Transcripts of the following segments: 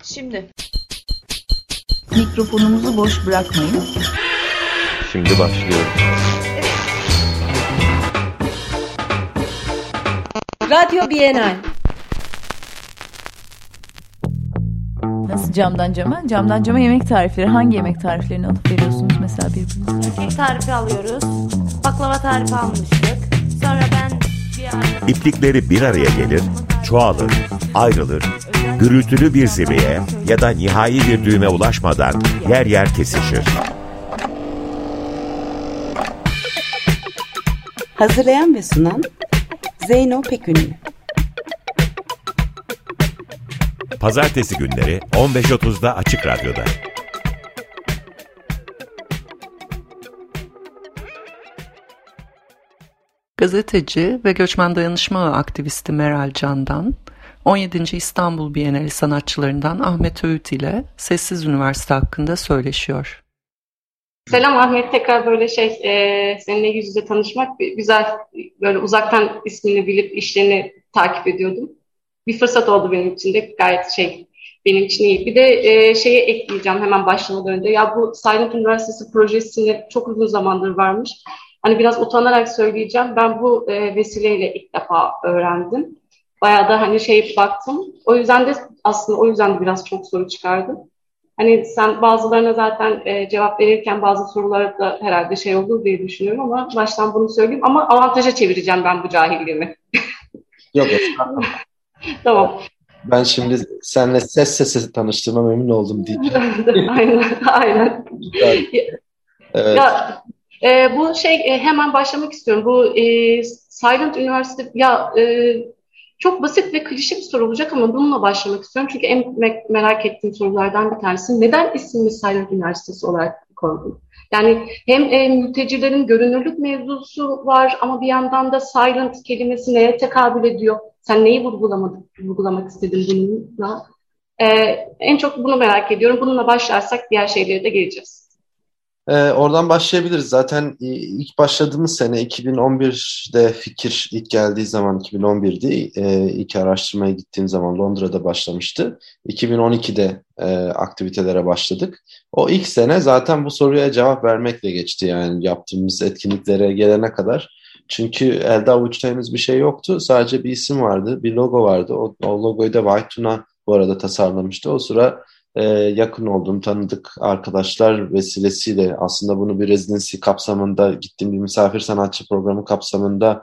Şimdi mikrofonumuzu boş bırakmayın. Şimdi başlıyoruz. Radyo Bienal. Nasıl camdan cama? Camdan cama yemek tarifleri. Hangi yemek tariflerini alıp veriyorsunuz mesela birbirinize? Kek tarifi alıyoruz. Baklava tarifi almıştık. Sonra ben İplikleri bir araya gelir, çoğalır, ayrılır, gürültülü bir zirveye ya da nihai bir düğüme ulaşmadan yer yer kesişir. Hazırlayan ve sunan Zeyno Pekünlü. Pazartesi günleri 15.30'da Açık Radyo'da. Gazeteci ve göçmen dayanışma ağı aktivisti Meral Can'dan, 17. İstanbul Bienali sanatçılarından Ahmet Öğüt ile Sessiz Üniversite hakkında söyleşiyor. Selam Ahmet, tekrar böyle seninle yüz yüze tanışmak güzel, böyle uzaktan ismini bilip işlerini takip ediyordum. Bir fırsat oldu benim için de, gayet benim için iyi. Bir de şeye ekleyeceğim hemen başlamadan önce. Ya bu Silent Üniversitesi projesini çok uzun zamandır varmış. Hani biraz utanarak söyleyeceğim. Ben bu vesileyle ilk defa öğrendim. Bayağı da baktım. O yüzden de biraz çok soru çıkardım. Hani sen bazılarına zaten cevap verirken bazı sorulara da herhalde olur diye düşünüyorum ama baştan bunu söyleyeyim. Ama avantaja çevireceğim ben bu cahilliğimi. Yok. Tamam. Ben şimdi seninle ses sese tanıştığıma memnun oldum diyeceğim. Aynen. Evet. Ya, bu hemen başlamak istiyorum. Bu Silent Üniversite çok basit ve klişe bir soru olacak ama bununla başlamak istiyorum. Çünkü en merak ettiğim sorulardan bir tanesi. Neden ismini Silent Üniversitesi olarak koydun? Yani hem mültecilerin görünürlük mevzusu var ama bir yandan da silent kelimesi neye tekabül ediyor? Sen neyi vurgulamak istedin bununla? En çok bunu merak ediyorum. Bununla başlarsak diğer şeylere de geleceğiz. Oradan başlayabiliriz. Zaten ilk başladığımız sene 2011'de fikir ilk geldiği zaman 2011'di. İlk araştırmaya gittiğim zaman Londra'da başlamıştı. 2012'de aktivitelere başladık. O ilk sene zaten bu soruya cevap vermekle geçti, yani yaptığımız etkinliklere gelene kadar. Çünkü elde avuçta henüz bir şey yoktu. Sadece bir isim vardı, bir logo vardı. O logoyu da Vaytuna bu arada tasarlamıştı. O sıra yakın olduğum tanıdık arkadaşlar vesilesiyle aslında bunu bir residency kapsamında, gittiğim bir misafir sanatçı programı kapsamında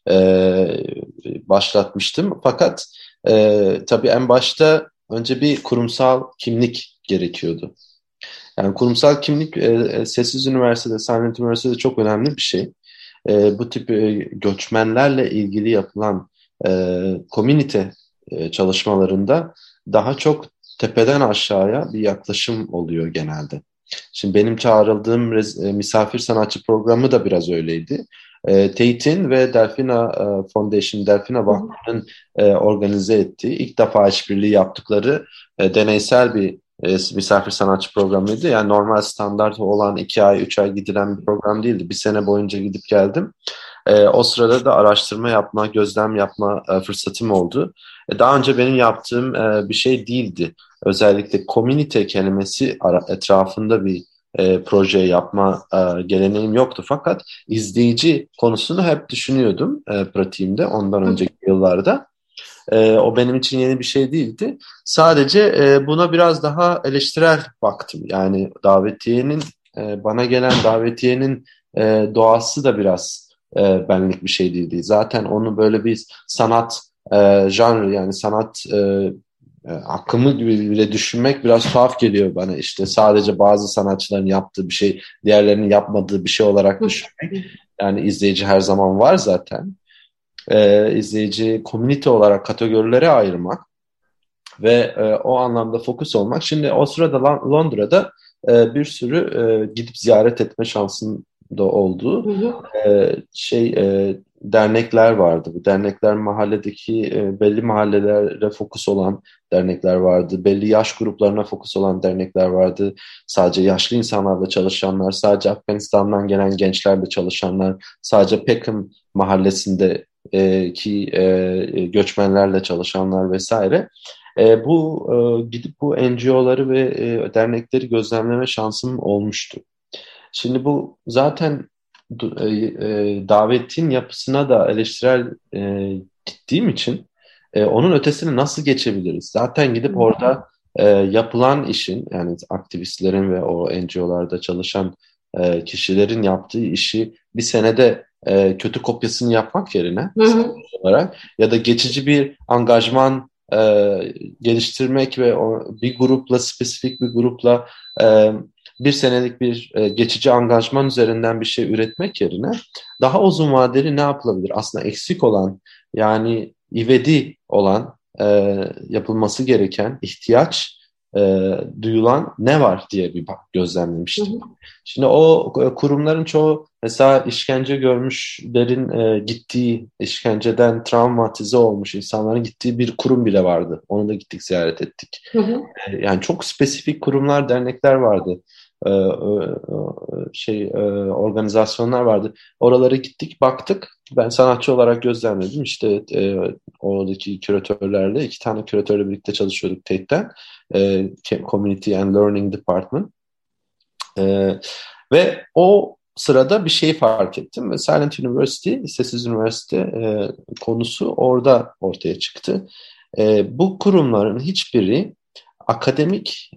başlatmıştım. Fakat tabii en başta önce bir kurumsal kimlik gerekiyordu. Yani kurumsal kimlik Sessiz Üniversitede, Silent Üniversitede çok önemli bir şey. Bu tip göçmenlerle ilgili yapılan komünite çalışmalarında daha çok tepeden aşağıya bir yaklaşım oluyor genelde. Şimdi benim çağrıldığım misafir sanatçı programı da biraz öyleydi. Tate'in ve Delfina Foundation, Delfina Vakfı'nın organize ettiği, ilk defa işbirliği yaptıkları deneysel bir misafir sanatçı programıydı. Yani normal standart olan 2 ay, 3 ay gidilen bir program değildi. 1 sene boyunca gidip geldim. O sırada da araştırma yapma, gözlem yapma fırsatım oldu. Daha önce benim yaptığım bir şey değildi. Özellikle komünite kelimesi etrafında bir proje yapma geleneğim yoktu. Fakat izleyici konusunu hep düşünüyordum pratiğimde ondan önceki yıllarda. O benim için yeni bir şey değildi. Sadece buna biraz daha eleştirel baktım. Yani bana gelen davetiyenin doğası da biraz benlik bir şey değildi. Zaten onu böyle bir sanat janrı, yani sanat akımı gibi bile düşünmek biraz tuhaf geliyor bana. İşte sadece bazı sanatçıların yaptığı bir şey, diğerlerinin yapmadığı bir şey olarak düşünmek. Yani izleyici her zaman var zaten. İzleyici komünite olarak kategorilere ayırmak ve o anlamda fokus olmak. Şimdi o sırada Londra'da bir sürü gidip ziyaret etme şansım da oldu. Dernekler vardı. Bu dernekler mahalledeki belli mahallelere fokus olan dernekler vardı. Belli yaş gruplarına fokus olan dernekler vardı. Sadece yaşlı insanlarla çalışanlar, sadece Afganistan'dan gelen gençlerle çalışanlar, sadece Peckham mahallesinde ki göçmenlerle çalışanlar vesaire. Gidip bu NGO'ları ve dernekleri gözlemleme şansım olmuştu. Şimdi bu zaten davetin yapısına da eleştirel gittiğim için onun ötesine nasıl geçebiliriz? Zaten gidip orada yapılan işin, yani aktivistlerin ve o NGO'larda çalışan kişilerin yaptığı işi bir senede kötü kopyasını yapmak yerine olarak ya da geçici bir angajman geliştirmek ve bir grupla, spesifik bir grupla bir senelik bir geçici angajman üzerinden bir şey üretmek yerine daha uzun vadeli ne yapılabilir? Aslında eksik olan, yani ivedi olan, yapılması gereken, ihtiyaç duyulan ne var diye bir gözlemlemiştim. Şimdi o kurumların çoğu mesela işkence görmüşlerin gittiği, işkenceden travmatize olmuş insanların gittiği bir kurum bile vardı. Onu da gittik, ziyaret ettik. Yani çok spesifik kurumlar, dernekler vardı. Organizasyonlar vardı. Oralara gittik, baktık. Ben sanatçı olarak gözlemledim. İşte oradaki küratörlerle, 2 tane küratörle birlikte çalışıyorduk TED'den. Community and Learning Department. Ve o sırada bir şey fark ettim. Silent University, Sessiz Üniversite konusu orada ortaya çıktı. Bu kurumların hiçbiri akademik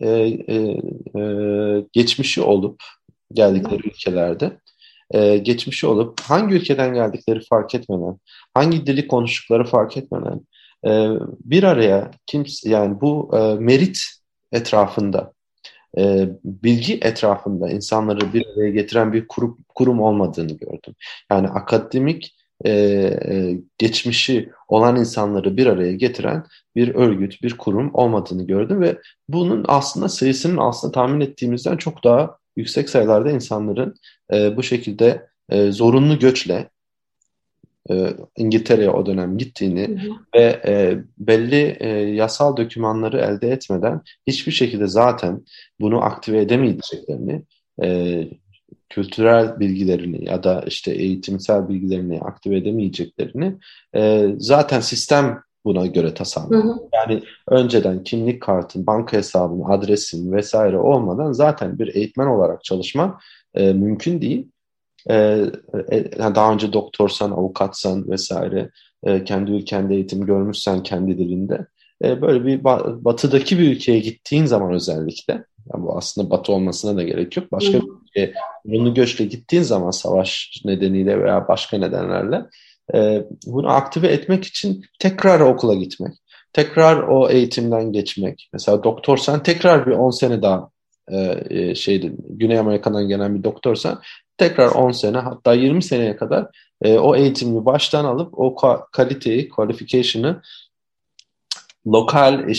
geçmişi olup geldikleri ülkelerde geçmişi olup hangi ülkeden geldikleri fark etmeden, hangi dili konuştukları fark etmeden bir araya yani bu merit etrafında, bilgi etrafında insanları bir araya getiren bir kurum olmadığını gördüm. Yani akademik geçmişi olan insanları bir araya getiren bir örgüt, bir kurum olmadığını gördüm ve bunun aslında sayısının aslında tahmin ettiğimizden çok daha yüksek sayılarda insanların bu şekilde zorunlu göçle İngiltere'ye o dönem gittiğini ve belli yasal dokümanları elde etmeden hiçbir şekilde zaten bunu aktive edemeyeceklerini, kültürel bilgilerini ya da işte eğitimsel bilgilerini aktive edemeyeceklerini zaten sistem buna göre tasarlanıyor. Yani önceden kimlik kartın, banka hesabının, adresin vesaire olmadan zaten bir eğitmen olarak çalışman mümkün değil. Daha önce doktorsan, avukatsan vesaire, kendi ülkende eğitim görmüşsen kendi dilinde, böyle bir batıdaki bir ülkeye gittiğin zaman özellikle, yani bu aslında batı olmasına da gerek yok, başka bir ülkeye zorunlu göçle gittiğin zaman savaş nedeniyle veya başka nedenlerle bunu aktive etmek için tekrar okula gitmek, tekrar o eğitimden geçmek. Mesela doktorsan tekrar bir 10 sene daha Güney Amerika'dan gelen bir doktorsan tekrar 10 sene, hatta 20 seneye kadar o eğitimi baştan alıp o kaliteyi, qualification'ı lokal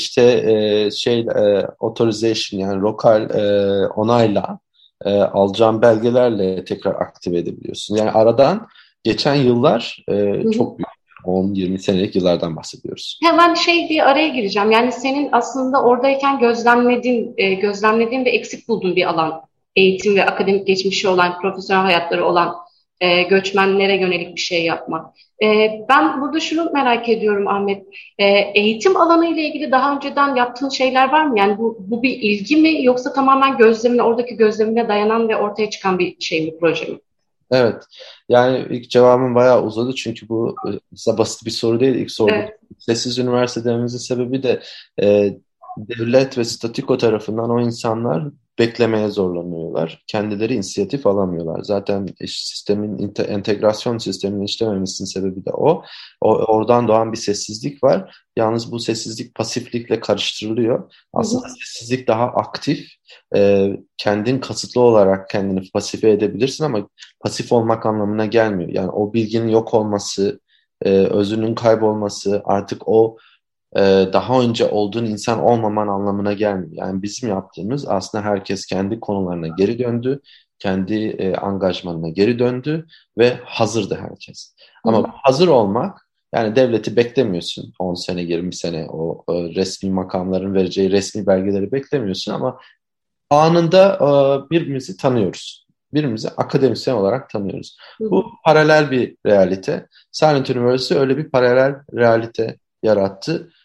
authorization, yani lokal onayla alacağın belgelerle tekrar aktive edebiliyorsun. Yani aradan geçen yıllar çok büyük. 10-20 senelik yıllardan bahsediyoruz. Hemen bir araya gireceğim. Yani senin aslında oradayken gözlemlediğin ve eksik bulduğun bir alan. Eğitim ve akademik geçmişi olan, profesyonel hayatları olan göçmenlere yönelik bir şey yapmak. Ben burada şunu merak ediyorum Ahmet. Eğitim alanı ile ilgili daha önceden yaptığın şeyler var mı? Yani bu bir ilgi mi, yoksa tamamen oradaki gözlemine dayanan ve ortaya çıkan bir şey mi, proje mi? Evet. Yani ilk cevabım bayağı uzadı çünkü bu basit bir soru değil. İlk soru. Evet. Sessiz üniversite dememizin sebebi de devlet ve statiko tarafından o insanlar beklemeye zorlanıyorlar. Kendileri inisiyatif alamıyorlar. Zaten sistemin entegrasyon sisteminin işlememesinin sebebi de o. Oradan doğan bir sessizlik var. Yalnız bu sessizlik pasiflikle karıştırılıyor. Aslında sessizlik daha aktif. Kendin kasıtlı olarak kendini pasife edebilirsin ama pasif olmak anlamına gelmiyor. Yani o bilginin yok olması, özünün kaybolması, artık o daha önce olduğun insan olmaman anlamına gelmiyor. Yani bizim yaptığımız aslında herkes kendi konularına geri döndü, kendi angajmanına geri döndü ve hazırdı herkes. Ama hazır olmak, yani devleti beklemiyorsun 10 sene, 20 sene o resmi makamların vereceği resmi belgeleri beklemiyorsun ama anında birbirimizi tanıyoruz. Birbirimizi akademisyen olarak tanıyoruz. Bu paralel bir realite. Silent University öyle bir paralel realite yarattı.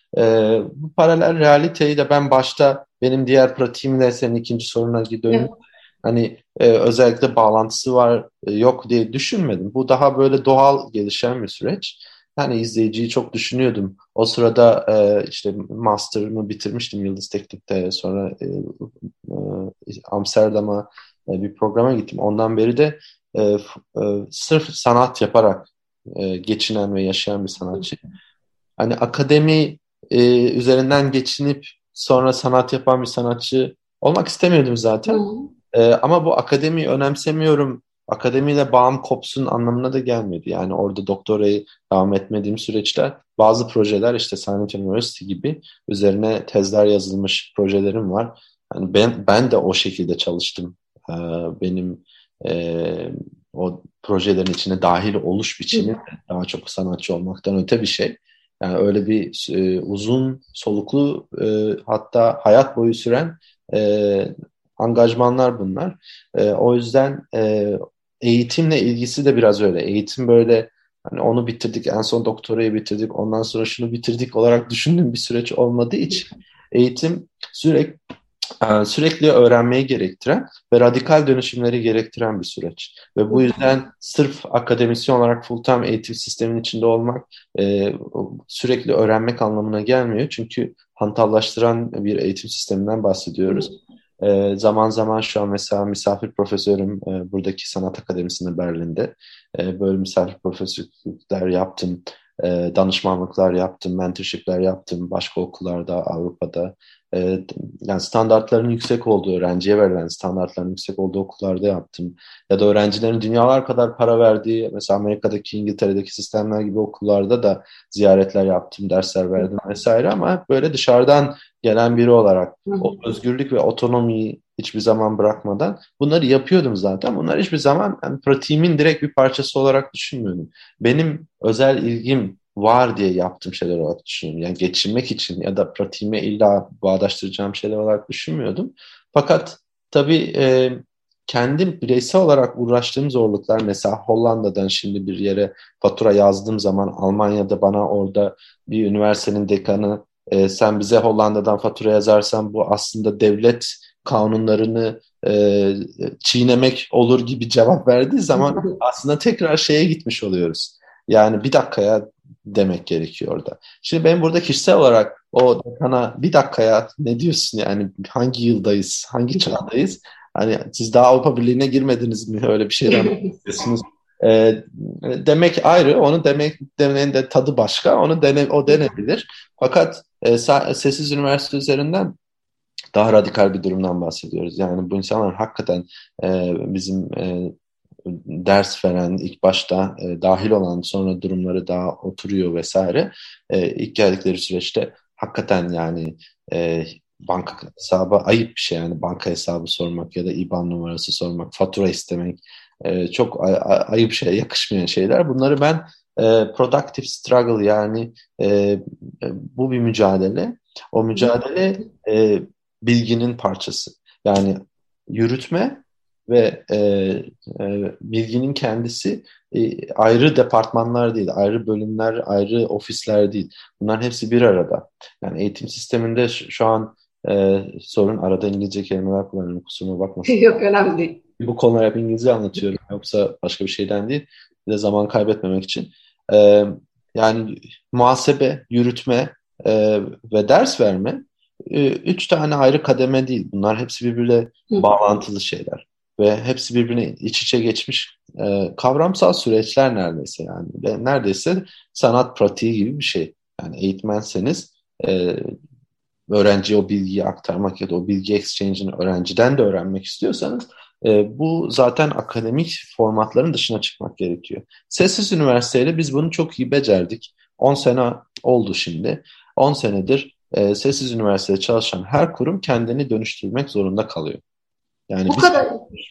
Bu paralel realiteyi de ben başta benim diğer pratiğimle senin ikinci soruna dönüp hani özellikle bağlantısı var yok diye düşünmedim. Bu daha böyle doğal gelişen bir süreç. Yani izleyiciyi çok düşünüyordum. O sırada işte master'ımı bitirmiştim Yıldız Teknik'te. Sonra Amsterdam'a bir programa gittim. Ondan beri de sırf sanat yaparak geçinen ve yaşayan bir sanatçı. Hani akademi üzerinden geçinip sonra sanat yapan bir sanatçı olmak istemiyordum zaten. Ama bu akademiyi önemsemiyorum, akademiyle bağım kopsun anlamına da gelmedi. Yani orada doktorayı devam etmediğim süreçler bazı projeler işte Silent University gibi üzerine tezler yazılmış projelerim var. Yani ben de o şekilde çalıştım. Benim o projelerin içine dahil oluş biçimi daha çok sanatçı olmaktan öte bir şey. Yani öyle bir uzun soluklu hatta hayat boyu süren angajmanlar bunlar. O yüzden eğitimle ilgisi de biraz öyle. Eğitim böyle hani onu bitirdik, en son doktorayı bitirdik, ondan sonra şunu bitirdik olarak düşündüğüm bir süreç olmadığı için eğitim sürekli öğrenmeyi gerektiren ve radikal dönüşümleri gerektiren bir süreç. Ve bu yüzden sırf akademisyen olarak full-time eğitim sistemin içinde olmak sürekli öğrenmek anlamına gelmiyor. Çünkü hantallaştıran bir eğitim sisteminden bahsediyoruz. Zaman zaman şu an mesela misafir profesörüm buradaki sanat akademisinde Berlin'de. Böyle misafir profesörlükler yaptım. Danışmanlıklar yaptım, mentorshipler yaptım başka okullarda, Avrupa'da. Yani standartların yüksek olduğu, öğrenciye verilen standartların yüksek olduğu okullarda yaptım. Ya da öğrencilerin dünyalar kadar para verdiği, mesela Amerika'daki, İngiltere'deki sistemler gibi okullarda da ziyaretler yaptım, dersler verdim vesaire ama hep böyle dışarıdan gelen biri olarak o özgürlük ve otonomiyi hiçbir zaman bırakmadan bunları yapıyordum zaten. Bunlar hiçbir zaman yani pratiğimin direkt bir parçası olarak düşünmüyordum. Benim özel ilgim var diye yaptığım şeyler olarak düşünüyorum. Yani geçinmek için ya da pratiğime illa bağdaştıracağım şeyler olarak düşünmüyordum. Fakat tabii kendim bireysel olarak uğraştığım zorluklar, mesela Hollanda'dan şimdi bir yere fatura yazdığım zaman Almanya'da bana orada bir üniversitenin dekanı sen bize Hollanda'dan fatura yazarsan bu aslında devlet kanunlarını çiğnemek olur gibi cevap verdiği zaman aslında tekrar şeye gitmiş oluyoruz. Yani bir dakikaya demek gerekiyor orada. Şimdi ben burada kişisel olarak o dekana bir dakikaya ne diyorsun yani hangi yıldayız, hangi çağdayız? Hani siz daha Avrupa Birliği'ne girmediniz mi? Öyle bir şeyden bahsediyorsunuz. Demek ayrı, onu demenin de tadı başka, o denebilir. Fakat Sessiz Üniversite üzerinden daha radikal bir durumdan bahsediyoruz. Yani bu insanlar hakikaten bizim ders veren, ilk başta dahil olan, sonra durumları daha oturuyor vesaire. İlk geldikleri süreçte hakikaten yani banka hesabı ayıp bir şey, yani banka hesabı sormak ya da IBAN numarası sormak, fatura istemek çok ayıp şey, yakışmayan şeyler. Bunları ben productive struggle, yani bu bir mücadele. O mücadele bilginin parçası. Yani yürütme ve bilginin kendisi ayrı departmanlar değil, ayrı bölümler, ayrı ofisler değil. Bunların hepsi bir arada. Yani eğitim sisteminde şu an sorun, arada İngilizce kelimeler kullanıyorum, kusuruma bakmasın. Yok, önemli değil. Bu konuları hep İngilizce anlatıyorum. Yoksa başka bir şeyden değil. Bir de zaman kaybetmemek için. Yani muhasebe, yürütme ve ders verme 3 tane ayrı kademe değil. Bunlar hepsi birbirine bağlantılı şeyler. Ve hepsi birbirine iç içe geçmiş kavramsal süreçler neredeyse yani. Ve neredeyse sanat pratiği gibi bir şey. Yani eğitmenseniz öğrenciye o bilgiyi aktarmak ya da o bilgi exchange'ini öğrenciden de öğrenmek istiyorsanız bu zaten akademik formatların dışına çıkmak gerekiyor. Sessiz Üniversite'yle biz bunu çok iyi becerdik. 10 sene oldu şimdi. 10 senedir Sessiz Üniversitede çalışan her kurum kendini dönüştürmek zorunda kalıyor. Yani bu kadar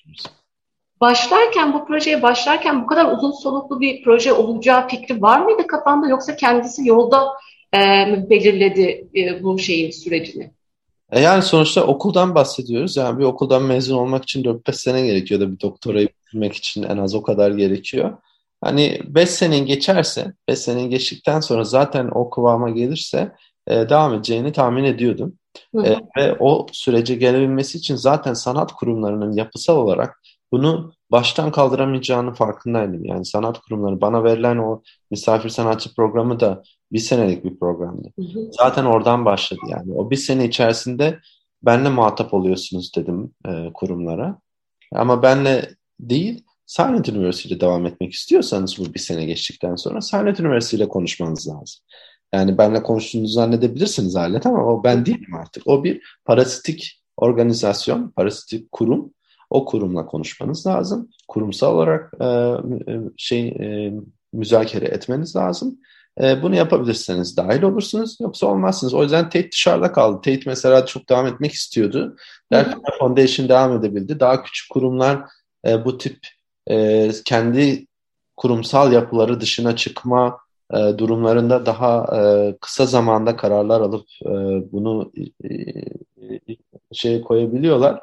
bu projeye başlarken bu kadar uzun soluklu bir proje olacağı fikri var mıydı kafanda, yoksa kendisi yolda belirledi bu sürecini? Yani sonuçta okuldan bahsediyoruz. Yani bir okuldan mezun olmak için 4-5 sene gerekiyor da bir doktorayı bitirmek için en az o kadar gerekiyor. Hani 5 senenin geçerse, 5 senenin geçtikten sonra zaten o kıvama gelirse devam edeceğini tahmin ediyordum. Ve o sürece gelebilmesi için zaten sanat kurumlarının yapısal olarak bunu baştan kaldıramayacağını farkındaydım. Yani sanat kurumları, bana verilen o misafir sanatçı programı da bir senelik bir programdı. Zaten oradan başladı yani. O bir sene içerisinde benle muhatap oluyorsunuz dedim kurumlara. Ama benle değil, Silent University ile devam etmek istiyorsanız bu bir sene geçtikten sonra Silent University ile konuşmanız lazım. Yani benle konuştuğunuzu zannedebilirsiniz alet ama o ben değilim artık. O bir parasitik organizasyon, parasitik kurum. O kurumla konuşmanız lazım. Kurumsal olarak müzakere etmeniz lazım. Bunu yapabilirseniz dahil olursunuz, yoksa olmazsınız. O yüzden Tate dışarıda kaldı. Tate mesela çok devam etmek istiyordu. Delfina Foundation devam edebildi. Daha küçük kurumlar bu tip kendi kurumsal yapıları dışına çıkma durumlarında daha kısa zamanda kararlar alıp bunu koyabiliyorlar,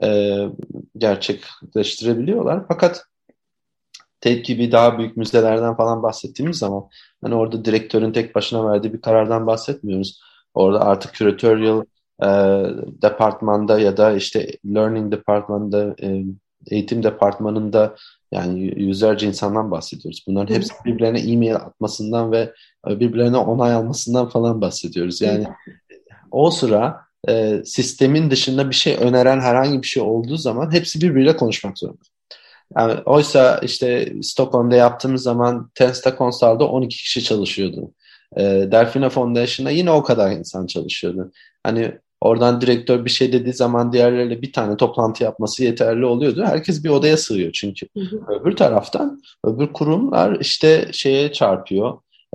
gerçekleştirebiliyorlar. Fakat Tate gibi daha büyük müzelerden falan bahsettiğimiz zaman hani orada direktörün tek başına verdiği bir karardan bahsetmiyoruz. Orada artık curatorial departmanda ya da işte learning departmanında, eğitim departmanında yani yüzlerce insandan bahsediyoruz. Bunların hepsi birbirlerine e-mail atmasından ve birbirlerine onay almasından falan bahsediyoruz. Yani o sıra sistemin dışında bir şey öneren herhangi bir şey olduğu zaman hepsi birbiriyle konuşmak zorunda. Yani oysa işte Stockholm'da yaptığımız zaman Tensta Consul'da 12 kişi çalışıyordu. Delfina Foundation'da yine o kadar insan çalışıyordu. Hani oradan direktör bir şey dediği zaman diğerleriyle bir tane toplantı yapması yeterli oluyordu. Herkes bir odaya sığıyor çünkü. Öbür taraftan öbür kurumlar işte şeye çarpıyor.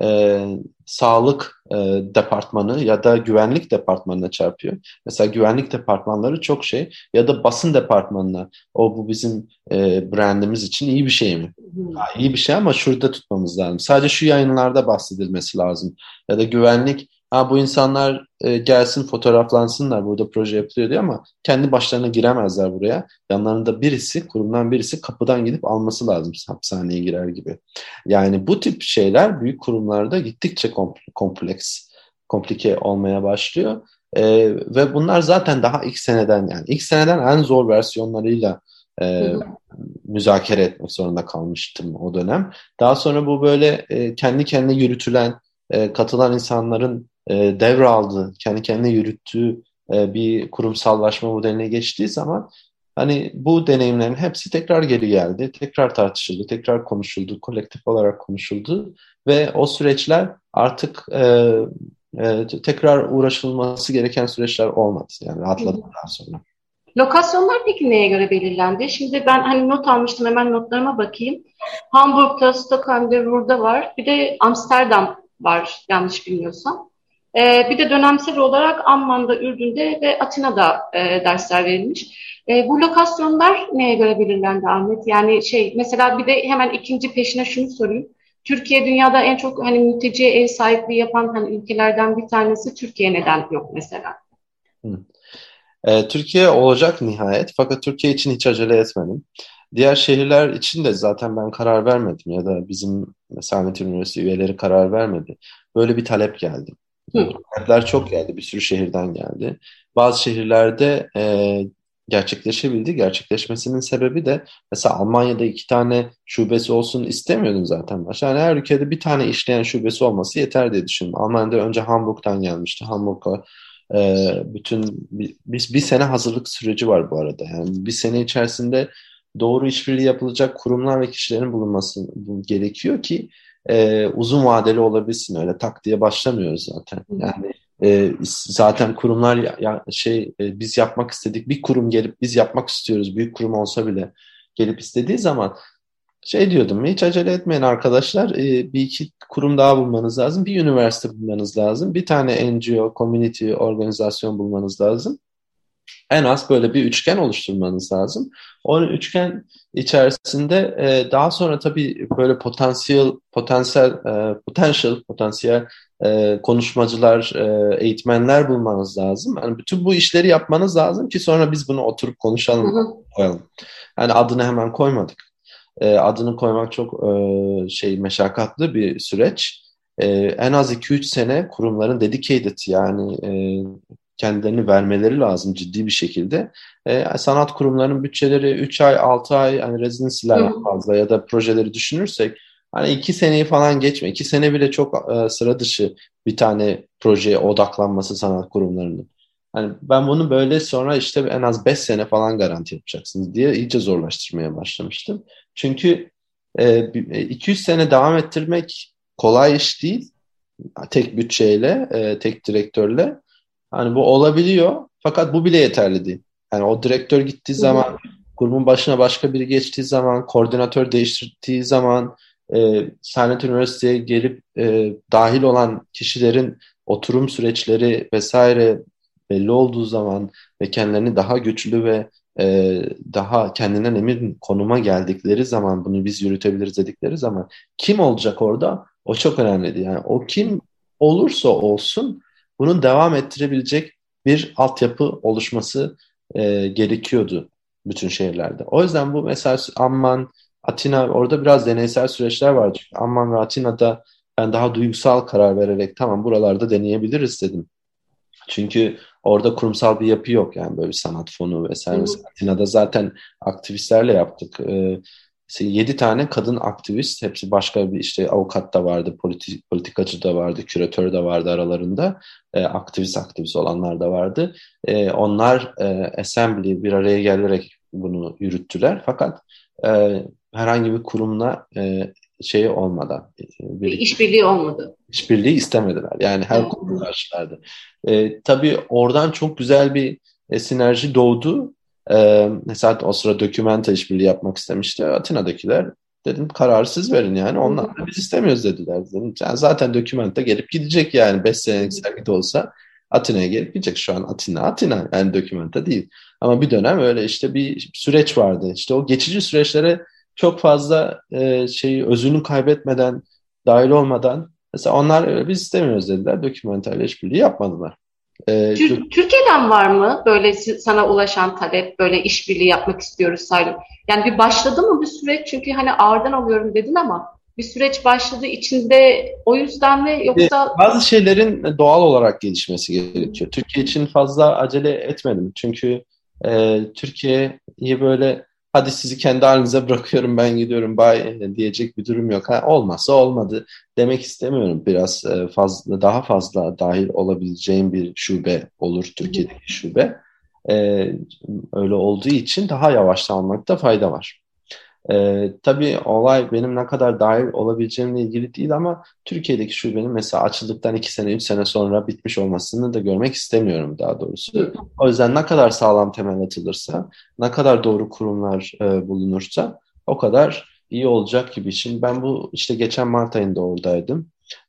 Sağlık departmanı ya da güvenlik departmanına çarpıyor. Mesela güvenlik departmanları çok ya da basın departmanına. Bu bizim brandimiz için iyi bir şey mi? İyi bir şey ama şurada tutmamız lazım. Sadece şu yayınlarda bahsedilmesi lazım. Ya da güvenlik, bu insanlar gelsin fotoğraflansınlar, burada proje yapılıyor diyor ama kendi başlarına giremezler buraya. Yanlarında birisi, kurumdan birisi kapıdan gidip alması lazım, hapishaneye girer gibi. Yani bu tip şeyler büyük kurumlarda gittikçe komplike olmaya başlıyor. Ve bunlar zaten daha ilk seneden en zor versiyonlarıyla müzakere etmek zorunda kalmıştım o dönem. Daha sonra bu böyle kendi kendine yürütülen, katılan insanların devraldığı, kendi kendine yürüttüğü bir kurumsallaşma modeline geçtiği zaman hani bu deneyimlerin hepsi tekrar geri geldi, tekrar tartışıldı, tekrar konuşuldu, kolektif olarak konuşuldu ve o süreçler artık tekrar uğraşılması gereken süreçler olmadı. Yani rahatladıktan sonra. Lokasyonlar peki neye göre belirlendi? Şimdi ben hani not almıştım, hemen notlarıma bakayım. Hamburg'da, Stockholm'da, Ruhr'da var. Bir de Amsterdam var yanlış bilmiyorsam. Bir de dönemsel olarak Amman'da, Ürdün'de ve Atina'da dersler verilmiş. Bu lokasyonlar neye göre belirlendi Ahmet? Yani mesela bir de hemen ikinci peşine şunu sorayım. Türkiye dünyada en çok hani mülteciye ev sahipliği yapan hani ülkelerden bir tanesi. Türkiye neden yok mesela? Türkiye olacak nihayet, fakat Türkiye için hiç acele etmedim. Diğer şehirler için de zaten ben karar vermedim ya da bizim Silent Üniversitesi üyeleri karar vermedi. Böyle bir talep geldi. Talepler çok geldi, bir sürü şehirden geldi. Bazı şehirlerde gerçekleşebildi. Gerçekleşmesinin sebebi de mesela Almanya'da 2 tane şubesi olsun istemiyordum zaten. Yani her ülkede bir tane işleyen şubesi olması yeter diye düşündüm. Almanya'da önce Hamburg'dan gelmişti. Hamburg'a bütün bir sene hazırlık süreci var bu arada. Yani bir sene içerisinde doğru işbirliği yapılacak kurumlar ve kişilerin bulunması gerekiyor ki uzun vadeli olabilsin. Öyle tak diye başlamıyoruz zaten. Yani zaten kurumlar biz yapmak istedik. Bir kurum gelip biz yapmak istiyoruz. Büyük kurum olsa bile gelip istediği zaman diyordum, hiç acele etmeyin arkadaşlar. Bir iki kurum daha bulmanız lazım. Bir üniversite bulmanız lazım. Bir tane NGO, community organizasyon bulmanız lazım. En az böyle bir üçgen oluşturmanız lazım. O üçgen içerisinde daha sonra tabii böyle potansiyel konuşmacılar, eğitmenler bulmanız lazım. Yani bütün bu işleri yapmanız lazım ki sonra biz bunu oturup konuşalım, koyalım. Yani adını hemen koymadık. Adını koymak çok meşakkatli bir süreç. en az 2-3 sene kurumların dedicated, yani kendilerini vermeleri lazım ciddi bir şekilde. Sanat kurumlarının bütçeleri 3 ay 6 ay, hani residency'ler fazla ya da projeleri düşünürsek hani 2 seneyi falan geçme. 2 sene bile çok sıra dışı bir tane projeye odaklanması sanat kurumlarının. Hani ben bunu böyle sonra işte en az 5 sene falan garanti yapacaksınız diye iyice zorlaştırmaya başlamıştım. Çünkü 200 sene devam ettirmek kolay iş değil. Tek bütçeyle, tek direktörle. Hani bu olabiliyor fakat bu bile yeterli değil. Yani o direktör gittiği zaman, kurumun başına başka biri geçtiği zaman, koordinatör değiştirdiği zaman, Silent Üniversite'ye gelip dahil olan kişilerin oturum süreçleri vesaire belli olduğu zaman ve kendilerini daha güçlü ve daha kendinden emin konuma geldikleri zaman, bunu biz yürütebiliriz dedikleri zaman kim olacak orada? O çok önemliydi. Yani o kim olursa olsun bunun devam ettirebilecek bir altyapı oluşması gerekiyordu bütün şehirlerde. O yüzden bu mesela Amman, Atina, orada biraz deneysel süreçler vardı. Amman ve Atina'da ben daha duygusal karar vererek tamam buralarda deneyebiliriz dedim. Çünkü orada kurumsal bir yapı yok, yani böyle bir sanat fonu vesaire. Atina'da zaten aktivistlerle yaptık. 7 tane kadın aktivist, hepsi başka bir işte avukat da vardı, politikacı da vardı, küratör de vardı aralarında. Aktivist olanlar da vardı. Onlar assembly bir araya gelerek bunu yürüttüler. Fakat herhangi bir kurumla şeyi olmadan işbirliği olmadı. İşbirliği istemediler. Yani her konuda karşılardı. Tabii oradan çok güzel bir sinerji doğdu. Mesela o sıra Documenta işbirliği yapmak istemişti. Atina'dakiler dedim kararı siz verin yani. Onlar da biz istemiyoruz dediler. Dedim, yani zaten Documenta gelip gidecek yani. 5 senelik sergide olsa Atina'ya gelip gidecek. Şu an Atina yani Documenta değil. Ama bir dönem öyle işte bir süreç vardı. İşte o geçici süreçlere çok fazla özünü kaybetmeden, dahil olmadan mesela onlar biz istemiyoruz dediler. Dokümenterle işbirliği yapmadılar. Türkiye'den var mı böyle sana ulaşan talep, böyle işbirliği yapmak istiyoruz Salim? Yani bir başladı mı bir süreç? Çünkü hani ağırdan alıyorum dedin ama bir süreç başladı içinde, o yüzden mi yoksa? Bazı şeylerin doğal olarak gelişmesi gerekiyor. Türkiye için fazla acele etmedim. Çünkü Türkiye'yi böyle hadi sizi kendi halinize bırakıyorum ben gidiyorum bay diyecek bir durum yok. Olmazsa olmadı demek istemiyorum. Biraz daha fazla dahil olabileceğim bir şube olur Türkiye'deki şube. Öyle olduğu için daha yavaşlanmakta fayda var. Tabii olay benim ne kadar dahil olabileceğimle ilgili değil ama Türkiye'deki şubenin mesela açıldıktan 2 sene 3 sene sonra bitmiş olmasını da görmek istemiyorum daha doğrusu. O yüzden ne kadar sağlam temel atılırsa, ne kadar doğru kurumlar bulunursa o kadar iyi olacak gibi. Şimdi ben bu işte geçen Mart ayında oradaydım.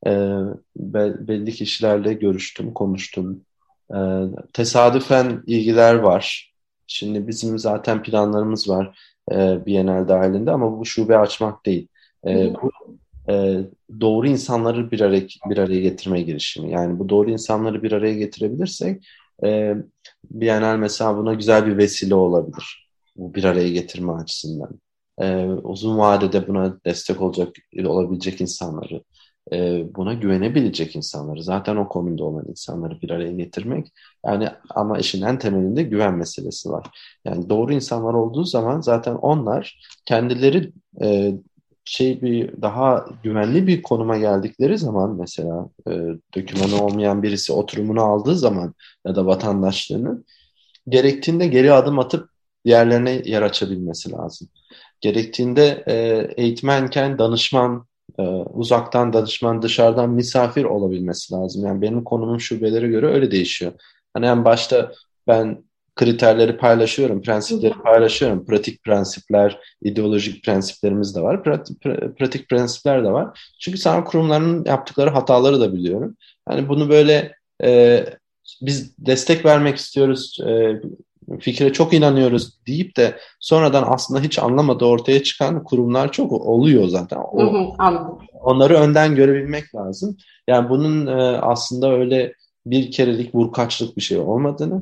Belli kişilerle görüştüm, konuştum. Tesadüfen ilgiler var. Şimdi bizim zaten planlarımız var. Bienal dahilinde ama bu şube açmak değil. Bu doğru insanları bir araya getirme girişimi. Yani bu doğru insanları bir araya getirebilirsek Bienal mesela buna güzel bir vesile olabilir. Bu bir araya getirme açısından. Uzun vadede buna destek olabilecek insanları, buna güvenebilecek insanları, zaten o konumda olan insanları bir araya getirmek. Yani ama işin en temelinde güven meselesi var. Yani doğru insanlar olduğu zaman zaten onlar kendileri bir daha güvenli bir konuma geldikleri zaman mesela dokümanı olmayan birisi oturumunu aldığı zaman ya da vatandaşlığını gerektiğinde geri adım atıp diğerlerine yer açabilmesi lazım. Gerektiğinde eğitmenken danışman, uzaktan danışman, dışarıdan misafir olabilmesi lazım. Yani benim konumum şubelere göre öyle değişiyor. Hani en başta ben kriterleri paylaşıyorum, prensipleri paylaşıyorum. Pratik prensipler, ideolojik prensiplerimiz de var. Pratik prensipler de var. Çünkü sanat kurumlarının yaptıkları hataları da biliyorum. Yani bunu böyle biz destek vermek istiyoruz, fikre çok inanıyoruz deyip de sonradan aslında hiç anlamadığı ortaya çıkan kurumlar çok oluyor zaten. Onları önden görebilmek lazım. Yani bunun aslında öyle bir kerelik vurkaçlık bir şey olmadığını,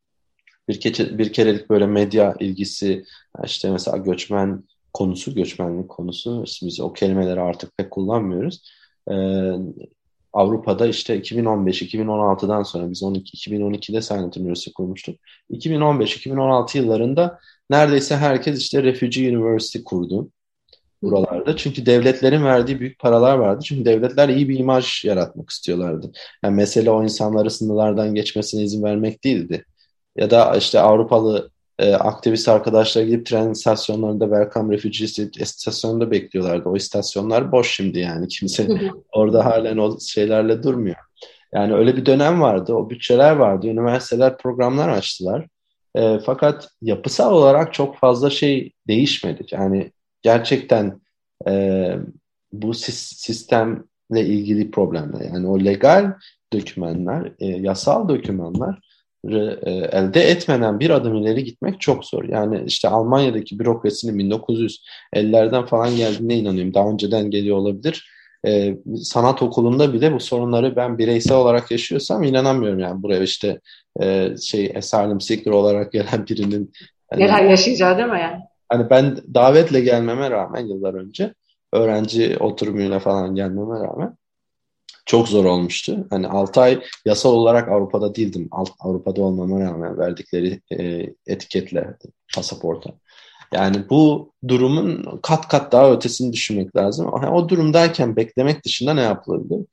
bir kerelik böyle medya ilgisi, işte mesela göçmenlik konusu, işte biz o kelimeleri artık pek kullanmıyoruz. Avrupa'da işte 2015-2016'dan sonra biz 2012'de Silent University kurmuştuk. 2015-2016 yıllarında neredeyse herkes işte Refugee University kurdu buralarda. Çünkü devletlerin verdiği büyük paralar vardı. Çünkü devletler iyi bir imaj yaratmak istiyorlardı. Yani mesele o insanların sınırlardan geçmesine izin vermek değildi. Ya da işte Avrupalı aktivist arkadaşlar gidip tren istasyonlarında Welcome Refugees istasyonunda bekliyorlardı. O istasyonlar boş şimdi yani. Kimse orada halen o şeylerle durmuyor. Yani öyle bir dönem vardı. O bütçeler vardı. Üniversiteler programlar açtılar. Fakat yapısal olarak çok fazla şey değişmedi. Yani gerçekten bu sistemle ilgili problemler. Yani o legal dokümanlar, yasal dokümanlar elde etmeden bir adım ileri gitmek çok zor. Yani işte Almanya'daki bürokrasinin 1950'lerden falan geldiğine inanıyorum. Daha önceden geliyor olabilir. Sanat okulunda bile bu sorunları ben bireysel olarak yaşıyorsam inanamıyorum. Yani buraya işte asylum seeker olarak gelen birinin Neler yaşayacağı değil mi yani? hani ben davetle gelmeme rağmen yıllar önce öğrenci oturumuyla falan gelmeme rağmen çok zor olmuştu. Hani 6 ay yasal olarak Avrupa'da değildim. Avrupa'da olmama rağmen verdikleri etiketle pasaporta. Yani bu durumun kat kat daha ötesini düşünmek lazım. O durumdayken beklemek dışında ne yapılabilir?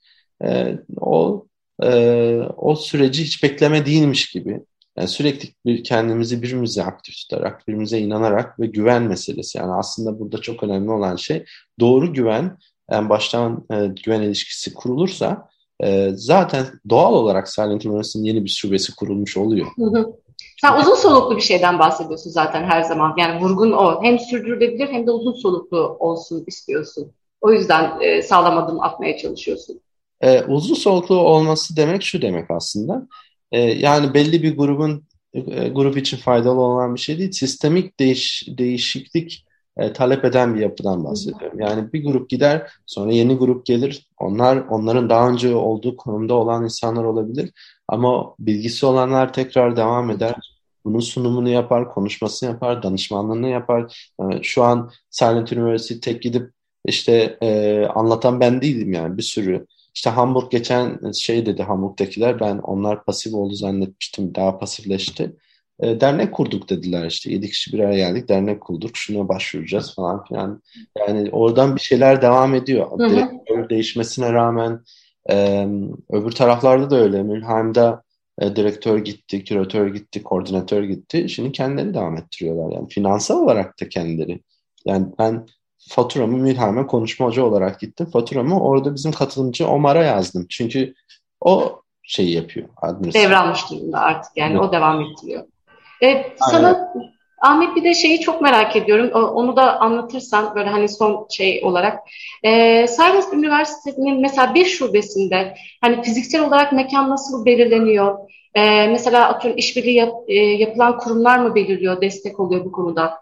O süreci hiç bekleme değilmiş gibi. Yani sürekli kendimizi birbirimize aktif tutarak, birbirimize inanarak ve güven meselesi. Yani aslında burada çok önemli olan şey doğru güven. Yani baştan güven ilişkisi kurulursa zaten doğal olarak Silent University'nin yeni bir şubesi kurulmuş oluyor. Sen uzun soluklu bir şeyden bahsediyorsun zaten her zaman. Yani vurgun o. Hem sürdürülebilir hem de uzun soluklu olsun istiyorsun. O yüzden sağlam adım atmaya çalışıyorsun. Uzun soluklu olması demek şu demek aslında. Yani belli bir grup için faydalı olan bir şey değil. Sistemik değişiklik talep eden bir yapıdan bahsediyorum. Yani bir grup gider, sonra yeni grup gelir. Onların daha önce olduğu konumda olan insanlar olabilir. Ama bilgisi olanlar tekrar devam eder. Bunun sunumunu yapar, konuşmasını yapar, danışmanlığını yapar. Şu an Silent University tek gidip işte anlatan ben değilim yani bir sürü. İşte Hamburg geçen dedi Hamburg'dakiler, ben onlar pasif oldu zannetmiştim, daha pasifleşti. Dernek kurduk dediler, işte 7 kişi bir araya geldik, dernek kurduk, şuna başvuracağız falan filan. Yani oradan bir şeyler devam ediyor. Direktör değişmesine rağmen öbür taraflarda da öyle. Mülheim'de direktör gitti, küratör gitti, koordinatör gitti. Şimdi kendileri devam ettiriyorlar. Yani finansal olarak da kendileri. Yani ben faturamı Mülheim'e konuşmacı olarak gittim. Faturamı orada bizim katılımcı Omar'a yazdım. Çünkü o şeyi yapıyor. Devralmış durumda artık. Yani evet. O devam ettiriyor. Sana Ahmet bir de şeyi çok merak ediyorum. Onu da anlatırsan böyle hani son şey olarak. Silent Üniversitesi'nin mesela bir şubesinde hani fiziksel olarak mekan nasıl belirleniyor? Mesela atıyorum işbirliği yapılan kurumlar mı belirliyor, destek oluyor bu konuda?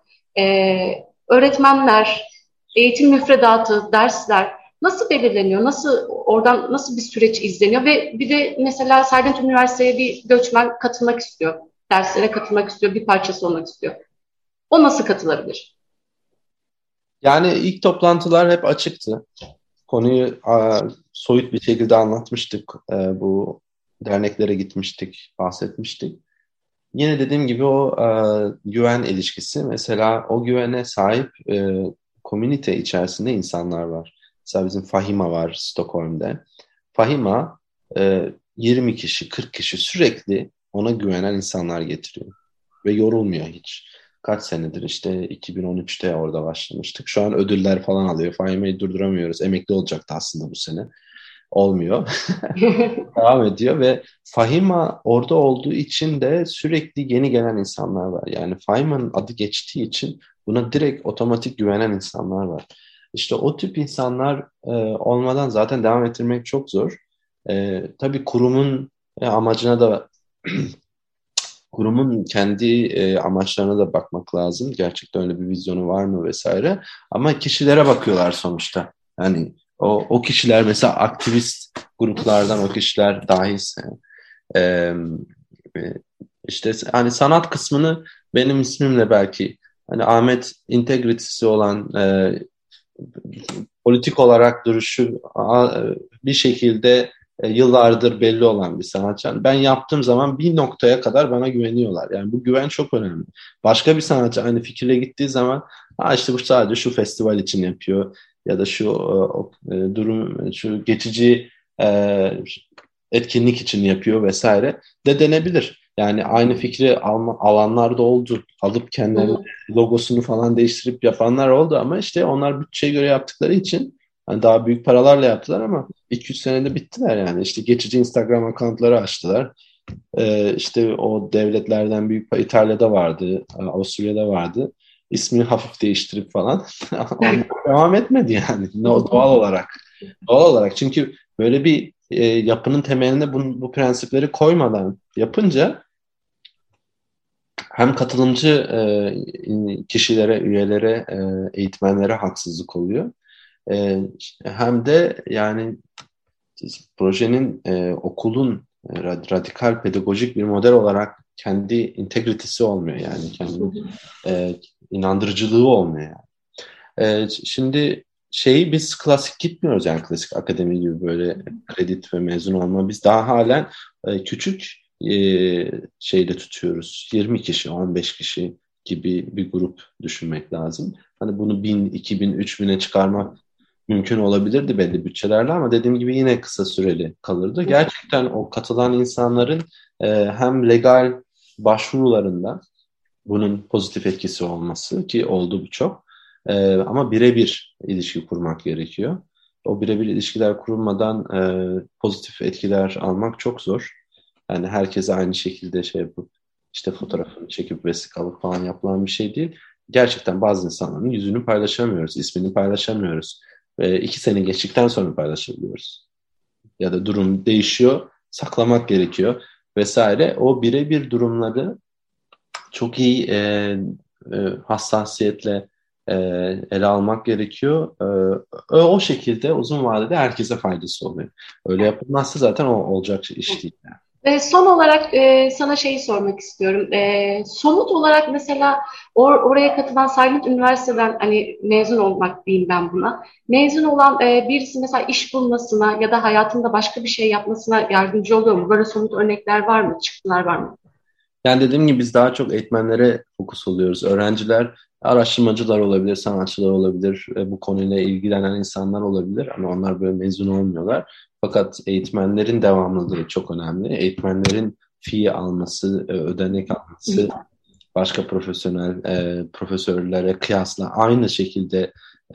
Öğretmenler, eğitim müfredatı, dersler nasıl belirleniyor? Oradan nasıl bir süreç izleniyor? Ve bir de mesela Silent Üniversitesi'ye bir göçmen katılmak istiyor. Derslere katılmak istiyor, bir parçası olmak istiyor. O nasıl katılabilir? Yani ilk toplantılar hep açıktı. Konuyu soyut bir şekilde anlatmıştık. Bu derneklere gitmiştik, bahsetmiştik. Yine dediğim gibi o güven ilişkisi. Mesela o güvene sahip komünite içerisinde insanlar var. Mesela bizim Fahima var Stockholm'de. Fahima 20 kişi, 40 kişi sürekli ona güvenen insanlar getiriyor. Ve yorulmuyor hiç. Kaç senedir işte 2013'te orada başlamıştık. Şu an ödüller falan alıyor. Fahima'yı durduramıyoruz. Emekli olacaktı aslında bu sene. Olmuyor. Devam ediyor ve Fahima orada olduğu için de sürekli yeni gelen insanlar var. Yani Fahima'nın adı geçtiği için buna direkt otomatik güvenen insanlar var. İşte o tip insanlar olmadan zaten devam ettirmek çok zor. Tabii kurumun amacına da kurumun kendi amaçlarına da bakmak lazım. Gerçekten öyle bir vizyonu var mı vesaire. Ama kişilere bakıyorlar sonuçta. Yani o kişiler mesela aktivist gruplardan o kişiler dahilse işte hani sanat kısmını benim ismimle belki hani Ahmet integritesi olan politik olarak duruşu bir şekilde yıllardır belli olan bir sanatçı. Yani ben yaptığım zaman bir noktaya kadar bana güveniyorlar. Yani bu güven çok önemli. Başka bir sanatçı aynı fikirle gittiği zaman işte bu sadece şu festival için yapıyor ya da şu durum, şu geçici etkinlik için yapıyor vesaire de denebilir. Yani aynı fikri alanlar da oldu. Alıp kendilerinin logosunu falan değiştirip yapanlar oldu ama işte onlar bütçeye göre yaptıkları için hani daha büyük paralarla yaptılar ama 2-3 senede bittiler yani. İşte geçici Instagram accountları açtılar. İşte o devletlerden büyük İtalya'da vardı, Avusturya'da vardı. İsmini hafif değiştirip falan devam etmedi yani doğal olarak. Doğal olarak çünkü böyle bir yapının temeline bu prensipleri koymadan yapınca hem katılımcı kişilere, üyelere, eğitmenlere haksızlık oluyor. Hem de yani projenin okulun radikal pedagojik bir model olarak kendi integritesi olmuyor yani kendi inandırıcılığı olmuyor yani. Şimdi biz klasik gitmiyoruz yani klasik akademi gibi böyle kredit ve mezun olma. Biz daha halen küçük şeyle tutuyoruz. 20 kişi, 15 kişi gibi bir grup düşünmek lazım. Hani bunu 1000, 2000, 3000'e çıkarmak mümkün olabilirdi belli bütçelerle ama dediğim gibi yine kısa süreli kalırdı. Gerçekten o katılan insanların hem legal başvurularında bunun pozitif etkisi olması ki oldu bu çok ama birebir ilişki kurmak gerekiyor. O birebir ilişkiler kurulmadan pozitif etkiler almak çok zor. Yani herkese aynı şekilde yapıp işte fotoğrafını çekip vesikalık falan yapılan bir şey değil. Gerçekten bazı insanların yüzünü paylaşamıyoruz, ismini paylaşamıyoruz. 2 sene geçtikten sonra paylaşabiliyoruz. Ya da durum değişiyor, saklamak gerekiyor vesaire. O birebir durumları çok iyi hassasiyetle ele almak gerekiyor. O şekilde uzun vadede herkese faydası oluyor. Öyle yapılmazsa zaten o olacak iş değil. Yani. Son olarak sana şeyi sormak istiyorum. Somut olarak mesela oraya katılan Silent Üniversiteden hani mezun olmak diyeyim ben buna. Mezun olan birisi mesela iş bulmasına ya da hayatında başka bir şey yapmasına yardımcı oluyor mu? Böyle somut örnekler var mı? Çıktılar var mı? Yani dediğim gibi biz daha çok eğitmenlere fokus oluyoruz. Öğrenciler, araştırmacılar olabilir, sanatçılar olabilir, bu konuyla ilgilenen insanlar olabilir ama onlar böyle mezun olmuyorlar. Fakat eğitmenlerin devamlılığı çok önemli. Eğitmenlerin fee alması, ödenek alması, başka profesörlere kıyasla aynı şekilde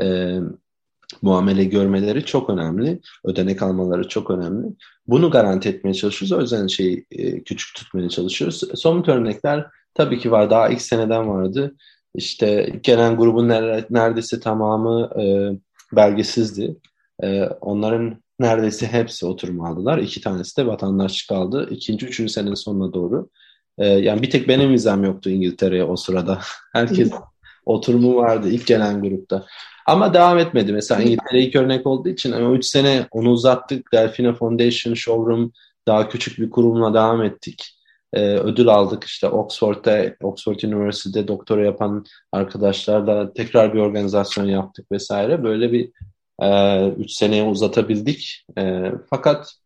muamele görmeleri çok önemli. Ödenek almaları çok önemli. Bunu garanti etmeye çalışıyoruz. O yüzden küçük tutmaya çalışıyoruz. Somut örnekler tabii ki var. Daha ilk seneden vardı. İşte gelen grubun neredeyse tamamı belgesizdi. Onların neredeyse hepsi oturum aldılar. 2 tanesi de vatandaşlık aldı. 2. 3. senenin sonuna doğru. Yani bir tek benim vizem yoktu İngiltere'ye o sırada. Herkes oturumu vardı ilk gelen grupta. Ama devam etmedi. Mesela İngiltere ilk örnek olduğu için ama 3 sene onu uzattık. Delfina Foundation, Showroom daha küçük bir kurumla devam ettik. Ödül aldık. İşte Oxford University'de doktora yapan arkadaşlarla tekrar bir organizasyon yaptık vesaire. Böyle bir 3 seneye uzatabildik. Fakat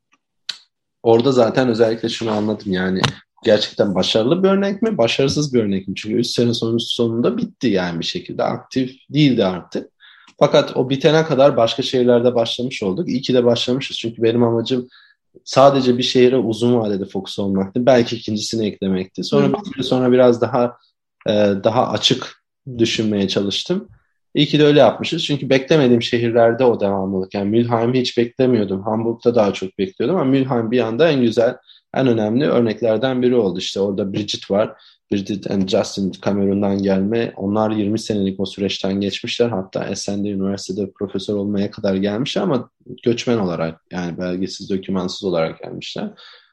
orada zaten özellikle şunu anladım yani gerçekten başarılı bir örnek mi, başarısız bir örnek mi? Çünkü 3 sene sonunda bitti yani bir şekilde. Aktif değildi artık. Fakat o bitene kadar başka şehirlerde başlamış olduk. İyi ki de başlamışız. Çünkü benim amacım sadece bir şehire uzun vadede fokus olmaktı. Belki ikincisini eklemekti. Sonra biraz daha açık düşünmeye çalıştım. İyi ki de öyle yapmışız. Çünkü beklemediğim şehirlerde o devamlılık. Yani Mülheim'i hiç beklemiyordum. Hamburg'da daha çok bekliyordum ama Mülheim bir anda en güzel, en önemli örneklerden biri oldu. İşte orada Bridget var. Bridget and Justin Cameron'dan gelme. Onlar 20 senelik o süreçten geçmişler. Hatta SND Üniversitede profesör olmaya kadar gelmişler ama göçmen olarak yani belgesiz, dokümansız olarak gelmişler.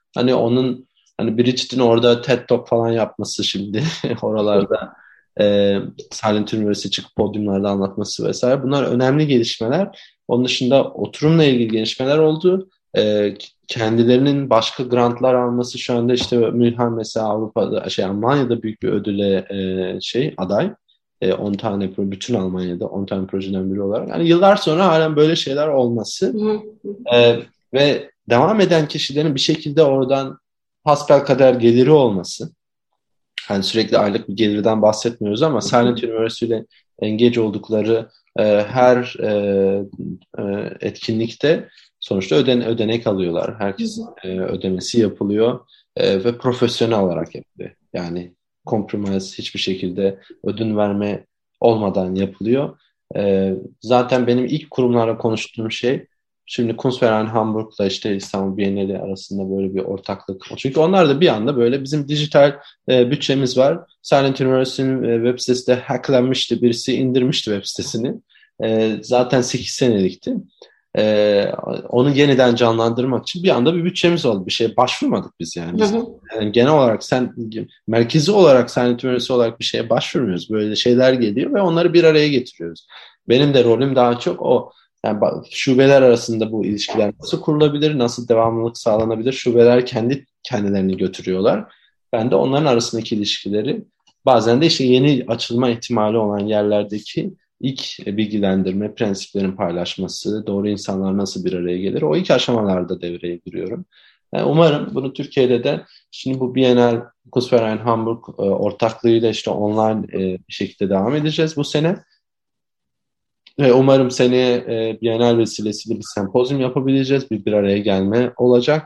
Hani Bridget'in orada TED Talk falan yapması şimdi oralarda Silent Üniversite çıkıp podyumlarda anlatması vesaire. Bunlar önemli gelişmeler. Onun dışında oturumla ilgili gelişmeler oldu. Kendilerinin başka grantlar alması şu anda işte Mülheim mesela Avrupa'da Almanya'da büyük bir ödüle aday. 10 tane bütün Almanya'da 10 tane projeden biri olarak. Yani yıllar sonra halen böyle şeyler olması ve devam eden kişilerin bir şekilde oradan hasbelkader geliri olması. Hani sürekli aylık bir gelirden bahsetmiyoruz ama Silent University ile engage oldukları her etkinlikte sonuçta ödenek alıyorlar. Herkesin ödemesi yapılıyor ve profesyonel olarak yapılıyor. Yani compromise hiçbir şekilde ödün verme olmadan yapılıyor. Zaten benim ilk kurumlarla konuştuğum şey, şimdi Kunstverein Hamburg'la işte İstanbul Bienali arasında böyle bir ortaklık. Çünkü onlar da bir anda böyle bizim dijital bütçemiz var. Silent University'nin web sitesi de hacklenmişti. Birisi indirmişti web sitesini. Zaten 8 senelikti. Onu yeniden canlandırmak için bir anda bir bütçemiz oldu. Bir şeye başvurmadık biz yani. Yani genel olarak merkezi olarak Silent University olarak bir şeye başvurmuyoruz. Böyle şeyler geliyor ve onları bir araya getiriyoruz. Benim de rolüm daha çok o. Yani şubeler arasında bu ilişkiler nasıl kurulabilir, nasıl devamlılık sağlanabilir? Şubeler kendilerini götürüyorlar. Ben de onların arasındaki ilişkileri, bazen de işte yeni açılma ihtimali olan yerlerdeki ilk bilgilendirme, prensiplerin paylaşması, doğru insanlar nasıl bir araya gelir, o ilk aşamalarda devreye giriyorum. Yani umarım bunu Türkiye'de de, şimdi bu Bienal Kunstverein Hamburg ortaklığıyla işte online bir şekilde devam edeceğiz bu sene. Umarım seneye Bienal vesilesiyle bir sempozyum yapabileceğiz. Bir araya gelme olacak.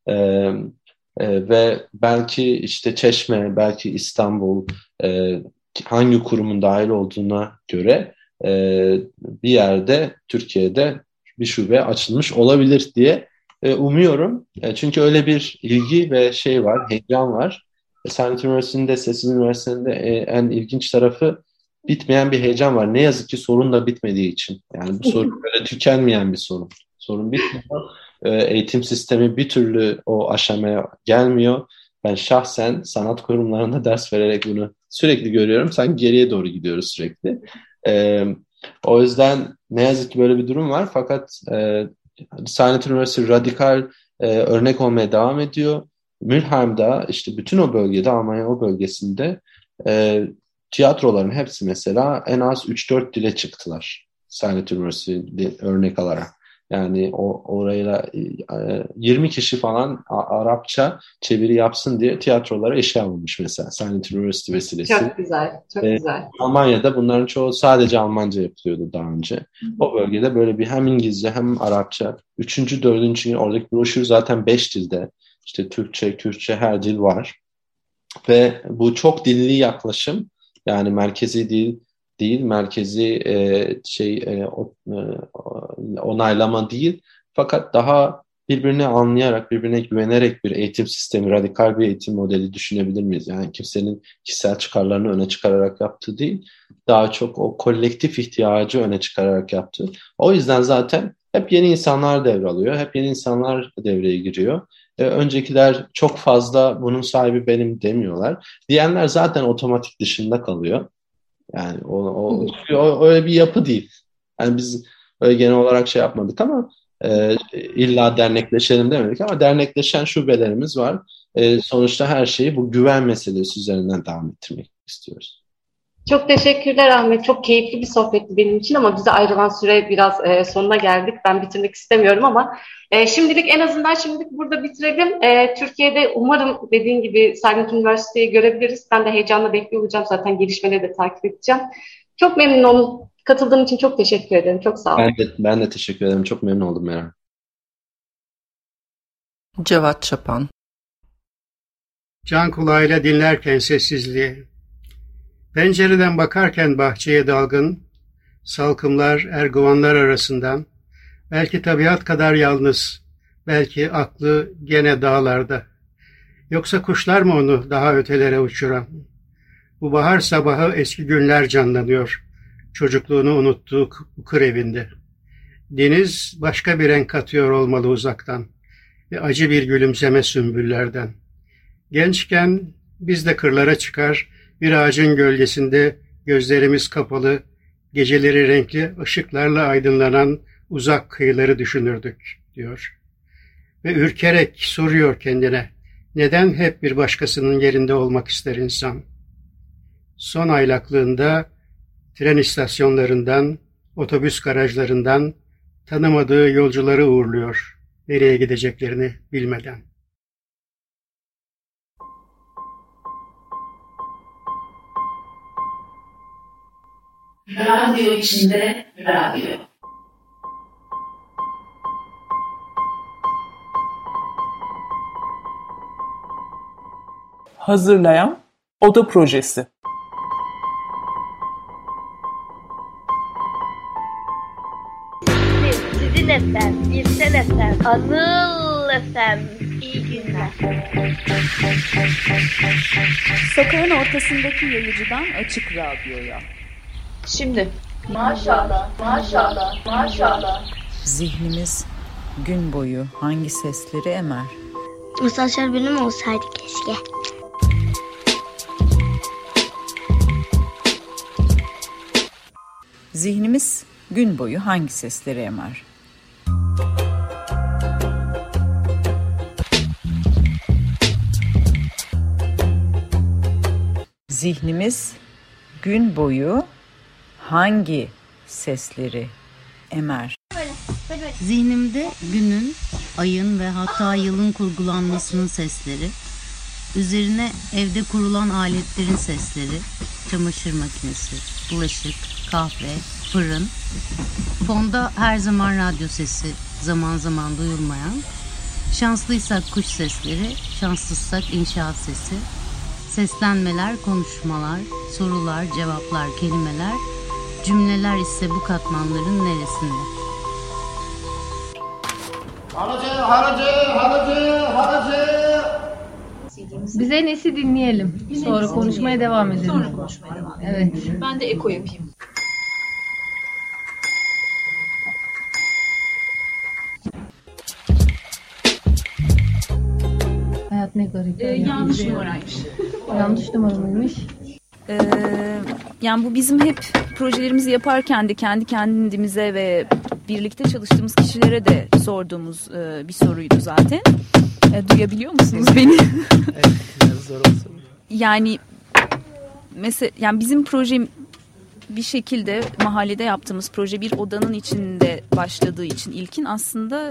Ve belki işte Çeşme, belki İstanbul, hangi kurumun dahil olduğuna göre bir yerde Türkiye'de bir şube açılmış olabilir diye umuyorum. Çünkü öyle bir ilgi ve şey var, heyecan var. Silent Üniversitesi'nde, Sessiz Üniversitesi'nde en ilginç tarafı, bitmeyen bir heyecan var. Ne yazık ki sorun da bitmediği için. Yani bu sorun böyle tükenmeyen bir sorun. Sorun bitmiyor. Eğitim sistemi bir türlü o aşamaya gelmiyor. Ben şahsen sanat kurumlarında ders vererek bunu sürekli görüyorum. Sanki geriye doğru gidiyoruz sürekli. O yüzden ne yazık ki böyle bir durum var. Fakat Silent Üniversitesi radikal örnek olmaya devam ediyor. Mülheim'da, işte bütün o bölgede, Almanya o bölgesinde tiyatroların hepsi mesela en az 3-4 dile çıktılar. Silent Üniversitesi örnek alarak. Yani orayla 20 kişi falan Arapça çeviri yapsın diye tiyatrolara eşya alınmış mesela Silent Üniversitesi vesilesi. Çok güzel, çok güzel. Almanya'da bunların çoğu sadece Almanca yapılıyordu daha önce. O bölgede böyle bir hem İngilizce hem Arapça. 3. 4. oradaki broşür zaten 5 dilde. İşte Türkçe, Kürtçe, her dil var. Ve bu çok dilli yaklaşım, yani merkezi değil, merkezi onaylama değil, fakat daha birbirini anlayarak, birbirine güvenerek bir eğitim sistemi, radikal bir eğitim modeli düşünebilir miyiz? Yani kimsenin kişisel çıkarlarını öne çıkararak yaptığı değil, daha çok o kolektif ihtiyacı öne çıkararak yaptığı. O yüzden zaten hep yeni insanlar devralıyor, hep yeni insanlar devreye giriyor. Öncekiler çok fazla bunun sahibi benim demiyorlar. Diyenler zaten otomatik dışında kalıyor. Yani öyle bir yapı değil. Yani biz öyle genel olarak şey yapmadık ama illa dernekleşelim demedik ama dernekleşen şubelerimiz var. Sonuçta her şeyi bu güven meselesi üzerinden devam ettirmek istiyoruz. Çok teşekkürler Ahmet. Çok keyifli bir sohbetti benim için ama bize ayrılan süre biraz sonuna geldik. Ben bitirmek istemiyorum ama şimdilik burada bitirelim. Türkiye'de umarım dediğin gibi Silent Üniversite'yi görebiliriz. Ben de heyecanla bekliyor olacağım. Zaten gelişmeleri de takip edeceğim. Çok memnun oldum. Katıldığın için çok teşekkür ederim. Çok sağ ol. Ben de teşekkür ederim. Çok memnun oldum Meral. Cevat Çapan. Can kulağıyla dinlerken sessizliğe, pencereden bakarken bahçeye dalgın, salkımlar, erguvanlar arasından, belki tabiat kadar yalnız, belki aklı gene dağlarda. Yoksa kuşlar mı onu daha ötelere uçuran? Bu bahar sabahı eski günler canlanıyor, çocukluğunu unuttuğu kır evinde. Deniz başka bir renk katıyor olmalı uzaktan ve acı bir gülümseme sümbüllerden. Gençken biz de kırlara çıkar, bir ağacın gölgesinde gözlerimiz kapalı, geceleri renkli ışıklarla aydınlanan uzak kıyıları düşünürdük, diyor. Ve ürkerek soruyor kendine, neden hep bir başkasının yerinde olmak ister insan? Son aylaklığında tren istasyonlarından, otobüs garajlarından tanımadığı yolcuları uğurluyor. nereye gideceklerini bilmeden. Radyo içinde radyo. Hazırlayan Oda Projesi. Sizin efendim, Birsen efendim, Anıl efendim, iyi günler. Sokağın ortasındaki yayıcıdan Açık Radyo'ya. Şimdi. Maşallah, maşallah, maşallah. Zihnimiz gün boyu hangi sesleri emer? Mesajlar benim olsaydı keşke. Zihnimiz gün boyu hangi sesleri emer? Zihnimiz gün boyu hangi sesleri emer? Zihnimde günün, ayın ve hatta yılın kurgulanmasının sesleri, üzerine evde kurulan aletlerin sesleri, çamaşır makinesi, bulaşık, kahve, fırın, fonda her zaman radyo sesi, zaman zaman duyulmayan, şanslıysak kuş sesleri, şanssızsak inşaat sesi, seslenmeler, konuşmalar, sorular, cevaplar, kelimeler, cümleler ise bu katmanların neresinde? Haracı. Biz en iyisi dinleyelim. Sonra konuşmaya devam edelim. Evet. Ben de eko yapayım. Hayat ne garip. Yanlış numaraymış. Yanlış numara mıymış? Yani bu bizim hep projelerimizi yaparken de kendi kendimize ve birlikte çalıştığımız kişilere de sorduğumuz bir soruydu zaten. Duyabiliyor musunuz beni? Evet, biraz zor olsa. Yani mesela yani bizim projem bir şekilde mahallede yaptığımız proje bir odanın içinde başladığı için ilkin aslında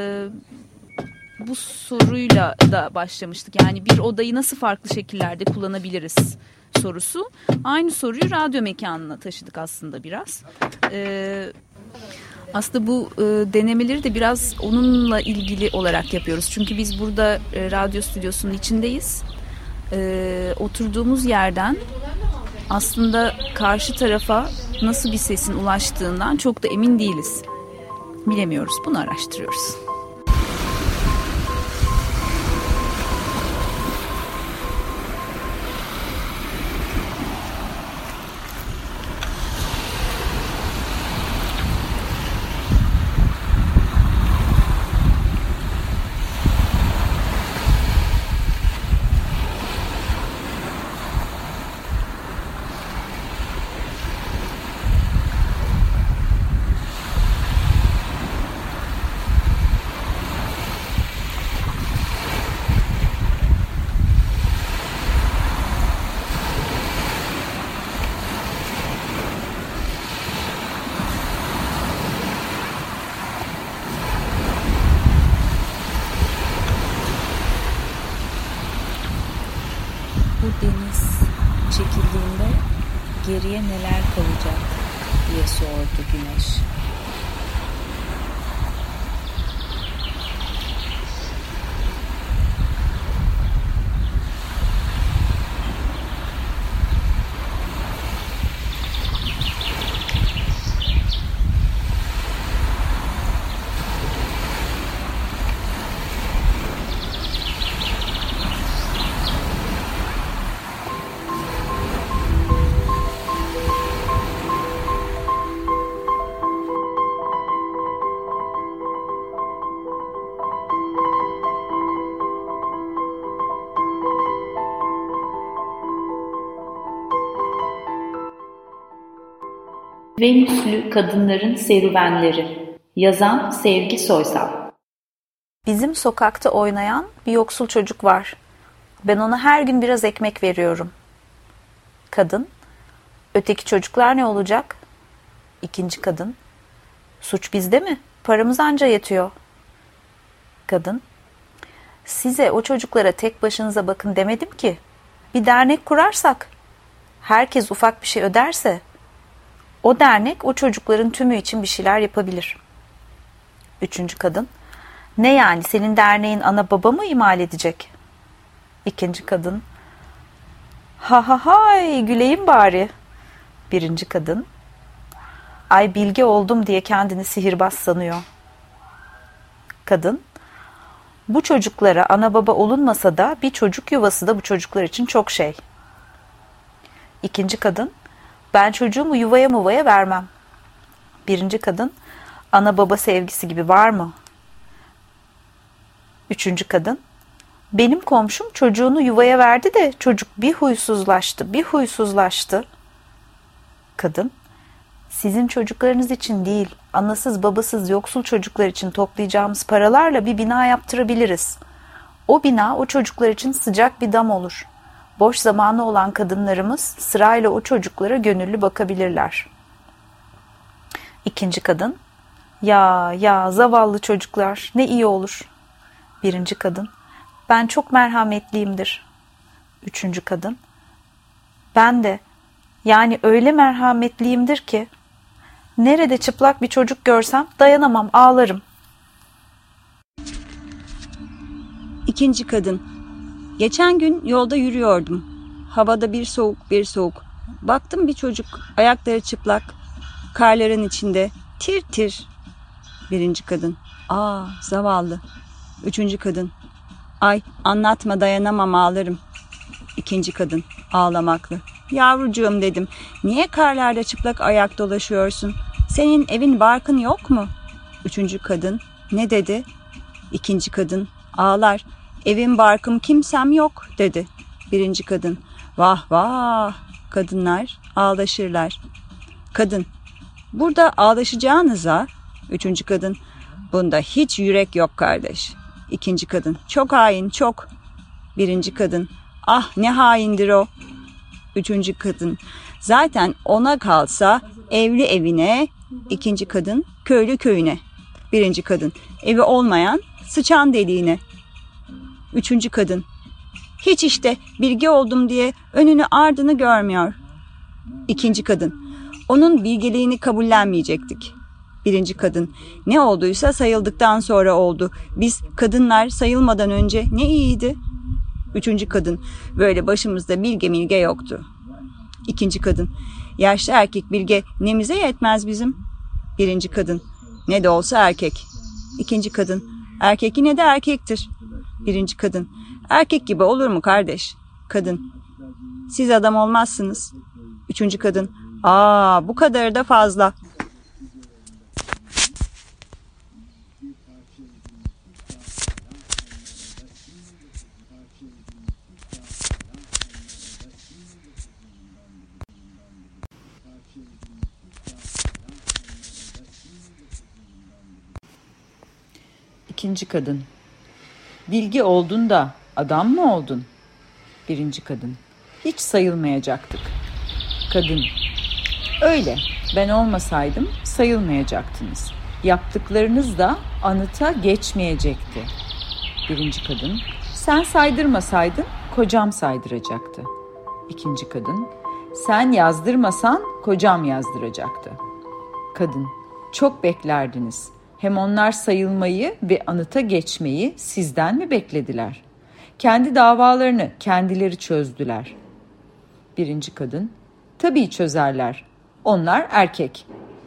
bu soruyla da başlamıştık. Yani bir odayı nasıl farklı şekillerde kullanabiliriz sorusu. Aynı soruyu radyo mekanına taşıdık aslında biraz. Aslında bu denemeleri de biraz onunla ilgili olarak yapıyoruz. Çünkü biz burada radyo stüdyosunun içindeyiz. Oturduğumuz yerden aslında karşı tarafa nasıl bir sesin ulaştığından çok da emin değiliz. Bilemiyoruz. Bunu araştırıyoruz. Deniz çekildiğinde geriye neler kalacak diye sordu Güneş. Venüslü Kadınların Serüvenleri. Yazan Sevgi Soysal. Bizim sokakta oynayan bir yoksul çocuk var. Ben ona her gün biraz ekmek veriyorum. Kadın, öteki çocuklar ne olacak? İkinci kadın, suç bizde mi? Paramız anca yetiyor. Kadın: size o çocuklara tek başınıza bakın demedim ki. Bir dernek kurarsak, herkes ufak bir şey öderse, o dernek o çocukların tümü için bir şeyler yapabilir. 3. Kadın: ne yani, senin derneğin ana baba mı imal edecek? 2. Kadın: ha ha hay, güleyim bari. 1. Kadın: ay bilge oldum diye kendini sihirbaz sanıyor. Kadın: bu çocuklara ana baba olunmasa da bir çocuk yuvası da bu çocuklar için çok şey. 2. Kadın: ben çocuğumu yuvaya muvaya vermem. 1. Kadın: ana baba sevgisi gibi var mı? 3. Kadın: benim komşum çocuğunu yuvaya verdi de çocuk bir huysuzlaştı. Kadın: sizin çocuklarınız için değil, anasız babasız yoksul çocuklar için toplayacağımız paralarla bir bina yaptırabiliriz. O bina o çocuklar için sıcak bir dam olur. Boş zamanı olan kadınlarımız sırayla o çocuklara gönüllü bakabilirler. 2. Kadın: ya zavallı çocuklar, ne iyi olur. 1. Kadın: ben çok merhametliyimdir. 3. Kadın: ben de, yani öyle merhametliyimdir ki nerede çıplak bir çocuk görsem dayanamam, ağlarım. 2. Kadın: geçen gün yolda yürüyordum. Havada bir soğuk. Baktım bir çocuk, ayakları çıplak, karların içinde, tir tir. 1. Kadın: aa, zavallı. 3. Kadın: ay, anlatma, dayanamam, ağlarım. 2. Kadın ağlamaklı: yavrucuğum dedim, niye karlarda çıplak ayak dolaşıyorsun? Senin evin barkın yok mu? 3. Kadın: ne dedi? 2. Kadın ağlar: evim barkım kimsem yok dedi. 1. Kadın: vah vah. Kadınlar ağlaşırlar. Kadın: burada ağlaşacağınıza. 3. Kadın: bunda hiç yürek yok kardeş. 2. Kadın: çok hain, çok. 1. Kadın: ah, ne haindir o. 3. Kadın: zaten ona kalsa evli evine. 2. Kadın: köylü köyüne. 1. Kadın: evi olmayan sıçan deliğine. 3. Kadın: hiç işte bilge oldum diye önünü ardını görmüyor. 2. Kadın: onun bilgeliğini kabullenmeyecektik. 1. Kadın: ne olduysa sayıldıktan sonra oldu. Biz kadınlar sayılmadan önce ne iyiydi. 3. Kadın: böyle başımızda bilge milge yoktu. 2. Kadın: yaşlı erkek bilge nemize yetmez bizim. 1. Kadın: ne de olsa erkek. 2. Kadın: erkek yine de erkektir. 1. Kadın: erkek gibi olur mu kardeş? Kadın: siz adam olmazsınız. 3. Kadın: aa, bu kadarı da fazla. İkinci kadın: bilgi oldun da adam mı oldun? 1. Kadın: hiç sayılmayacaktık. Kadın: öyle, ben olmasaydım sayılmayacaktınız. Yaptıklarınız da anıta geçmeyecekti. 1. Kadın: sen saydırmasaydın kocam saydıracaktı. 2. Kadın: sen yazdırmasan kocam yazdıracaktı. Kadın: çok beklerdiniz. Hem onlar sayılmayı ve anıta geçmeyi sizden mi beklediler? Kendi davalarını kendileri çözdüler. 1. Kadın: tabii çözerler. Onlar erkek.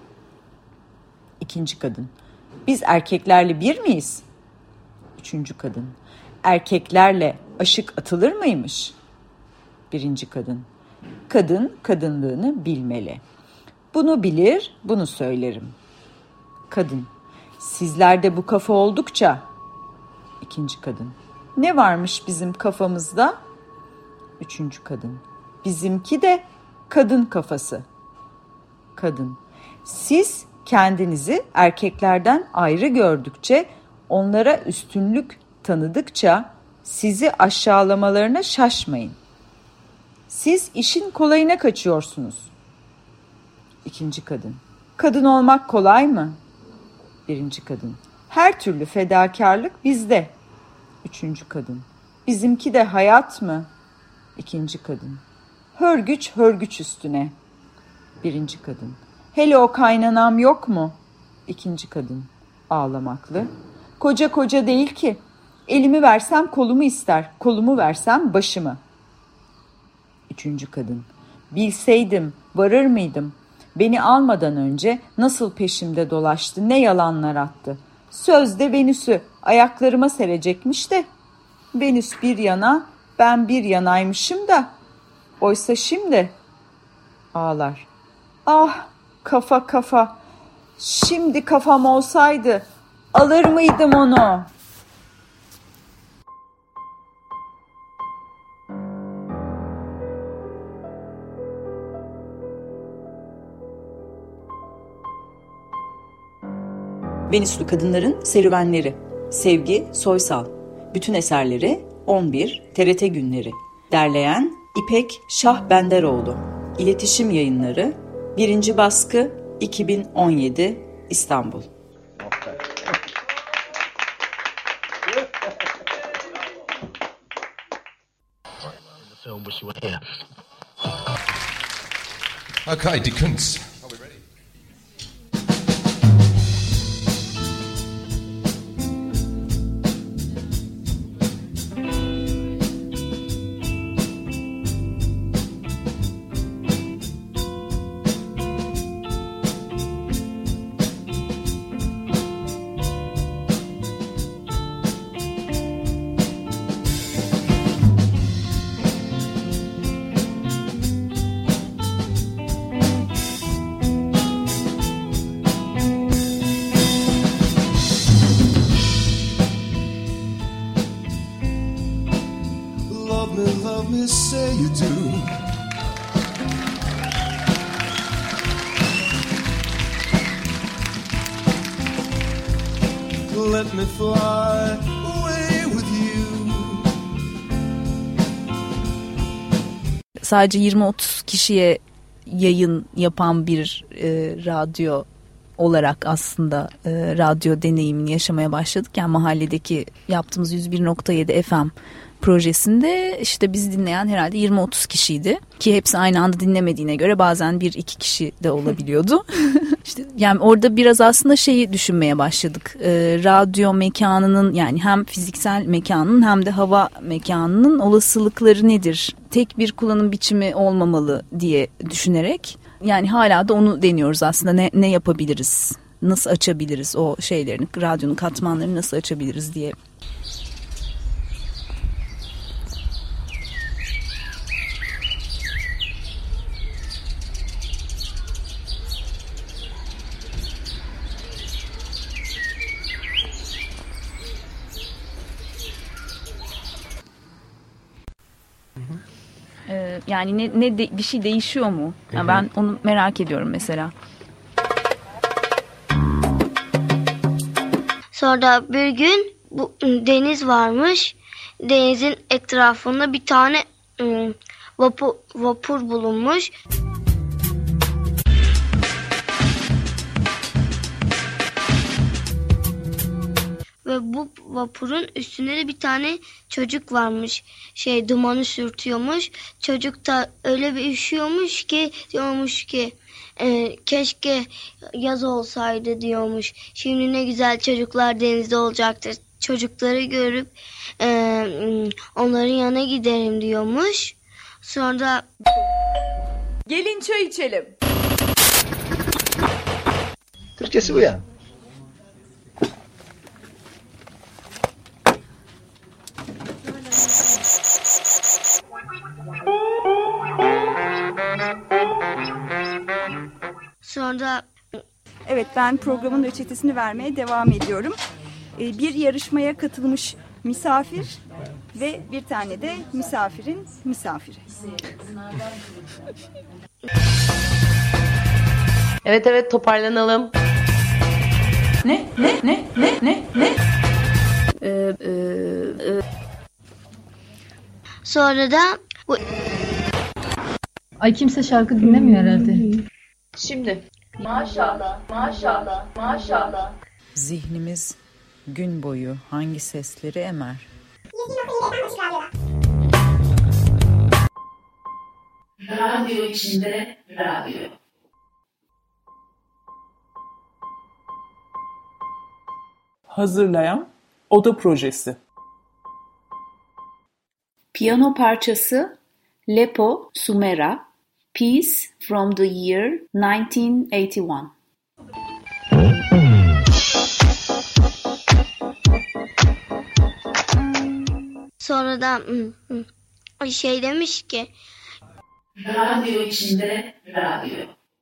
2. Kadın: biz erkeklerle bir miyiz? 3. Kadın: erkeklerle aşık atılır mıymış? 1. Kadın: kadın kadınlığını bilmeli. Bunu bilir, bunu söylerim. Kadın: sizlerde bu kafa oldukça. 2. Kadın: ne varmış bizim kafamızda? 3. Kadın: bizimki de kadın kafası. Kadın: siz kendinizi erkeklerden ayrı gördükçe, onlara üstünlük tanıdıkça sizi aşağılamalarına şaşmayın. Siz işin kolayına kaçıyorsunuz. 2. Kadın: kadın olmak kolay mı? 1. Kadın: Her türlü fedakarlık bizde. 3. kadın. Bizimki de hayat mı? 2. kadın. Hörgüç hörgüç üstüne. 1. kadın. Hele o kaynanam yok mu? 2. kadın. Ağlamaklı. Koca koca değil ki. Elimi versem kolumu ister, kolumu versem başımı. 3. kadın. Bilseydim varır mıydım? Beni almadan önce nasıl peşimde dolaştı, ne yalanlar attı. Sözde Venüs'ü ayaklarıma serecekmiş de. Venüs bir yana, ben bir yanaymışım da. Oysa şimdi ağlar. Ah, kafa kafa. Şimdi kafam olsaydı alır mıydım onu? Venüslü Kadınların Serüvenleri. Sevgi Soysal. Bütün eserleri 11 TRT Günleri. Derleyen İpek Şah Benderoğlu. İletişim Yayınları. 1. baskı 2017 İstanbul. Okay, Dickens. Love me, say you do. Let me fly away with you. Sadece 20-30 kişiye yayın yapan bir radyo olarak aslında radyo deneyimini yaşamaya başladık. Yani mahalledeki yaptığımız 101.7 FM projesinde işte bizi dinleyen herhalde 20-30 kişiydi. Ki hepsi aynı anda dinlemediğine göre bazen 1-2 kişi de olabiliyordu. İşte yani orada biraz aslında şeyi düşünmeye başladık. Radyo mekanının, yani hem fiziksel mekanın hem de hava mekanının olasılıkları nedir? Tek bir kullanım biçimi olmamalı diye düşünerek, yani hala da onu deniyoruz aslında, ne yapabiliriz? Nasıl açabiliriz o şeylerini, radyonun katmanlarını nasıl açabiliriz diye. Yani bir şey değişiyor mu? Yani ben onu merak ediyorum mesela. Sonra bir gün bu deniz varmış. Denizin etrafında bir tane vapur bulunmuş. Ve bu vapurun üstünde de bir tane çocuk varmış. Dumanı sürtüyormuş. Çocuk da öyle bir üşüyormuş ki diyormuş ki keşke yaz olsaydı diyormuş. Şimdi ne güzel çocuklar denizde olacaktır. Çocukları görüp onların yanına giderim diyormuş. Sonra gelin çay içelim. Türkçesi bu ya. Sonra evet, ben programın reçetesini vermeye devam ediyorum. Bir yarışmaya katılmış misafir ve bir tane de misafirin misafiri. Evet toparlanalım. Ne? Sonra da Ay, kimse şarkı dinlemiyor herhalde. Şimdi maşallah. Zihnimiz gün boyu hangi sesleri emer? Radyo içinde radyo. Hazırlayan Oda Projesi. Piyano parçası Lepo Sumera, Piece from the Year 1981. Sonra da şey demiş ki Radyo içinde radyo.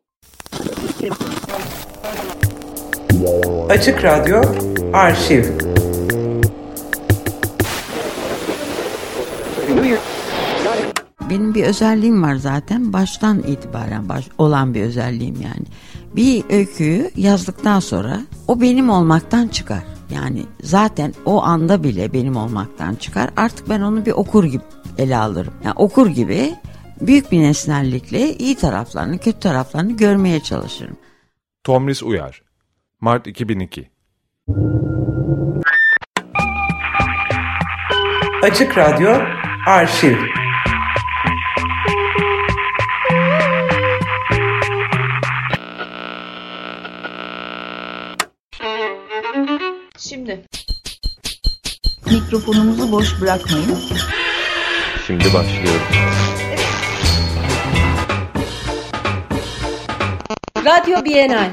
Açık Radyo Arşiv. Benim bir özelliğim var zaten. Baştan itibaren olan bir özelliğim yani. Bir öyküyü yazdıktan sonra o benim olmaktan çıkar. Yani zaten o anda bile benim olmaktan çıkar. Artık ben onu bir okur gibi ele alırım. Yani okur gibi büyük bir nesnellikle iyi taraflarını, kötü taraflarını görmeye çalışırım. Tomris Uyar, Mart 2002. Açık Radyo Arşiv. Şimdi mikrofonumuzu boş bırakmayın. Şimdi başlıyoruz. Radyo Bienal.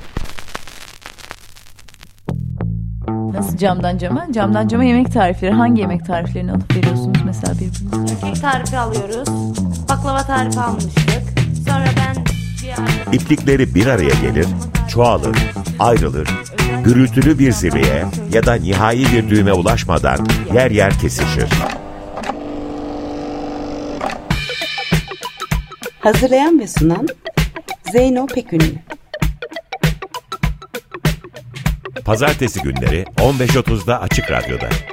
Nasıl camdan cama? Camdan cama yemek tarifleri. Hangi yemek tariflerini alıp veriyorsunuz mesela birbirinize? Kek tarifi alıyoruz. Baklava tarifi almıştık. Sonra ben İplikleri bir araya gelir, çoğalır, ayrılır, gürültülü bir zirveye ya da nihai bir düğüme ulaşmadan yer yer kesişir. Hazırlayan ve sunan Zeyno Pekünlü. Pazartesi günleri 15.30'da Açık Radyo'da.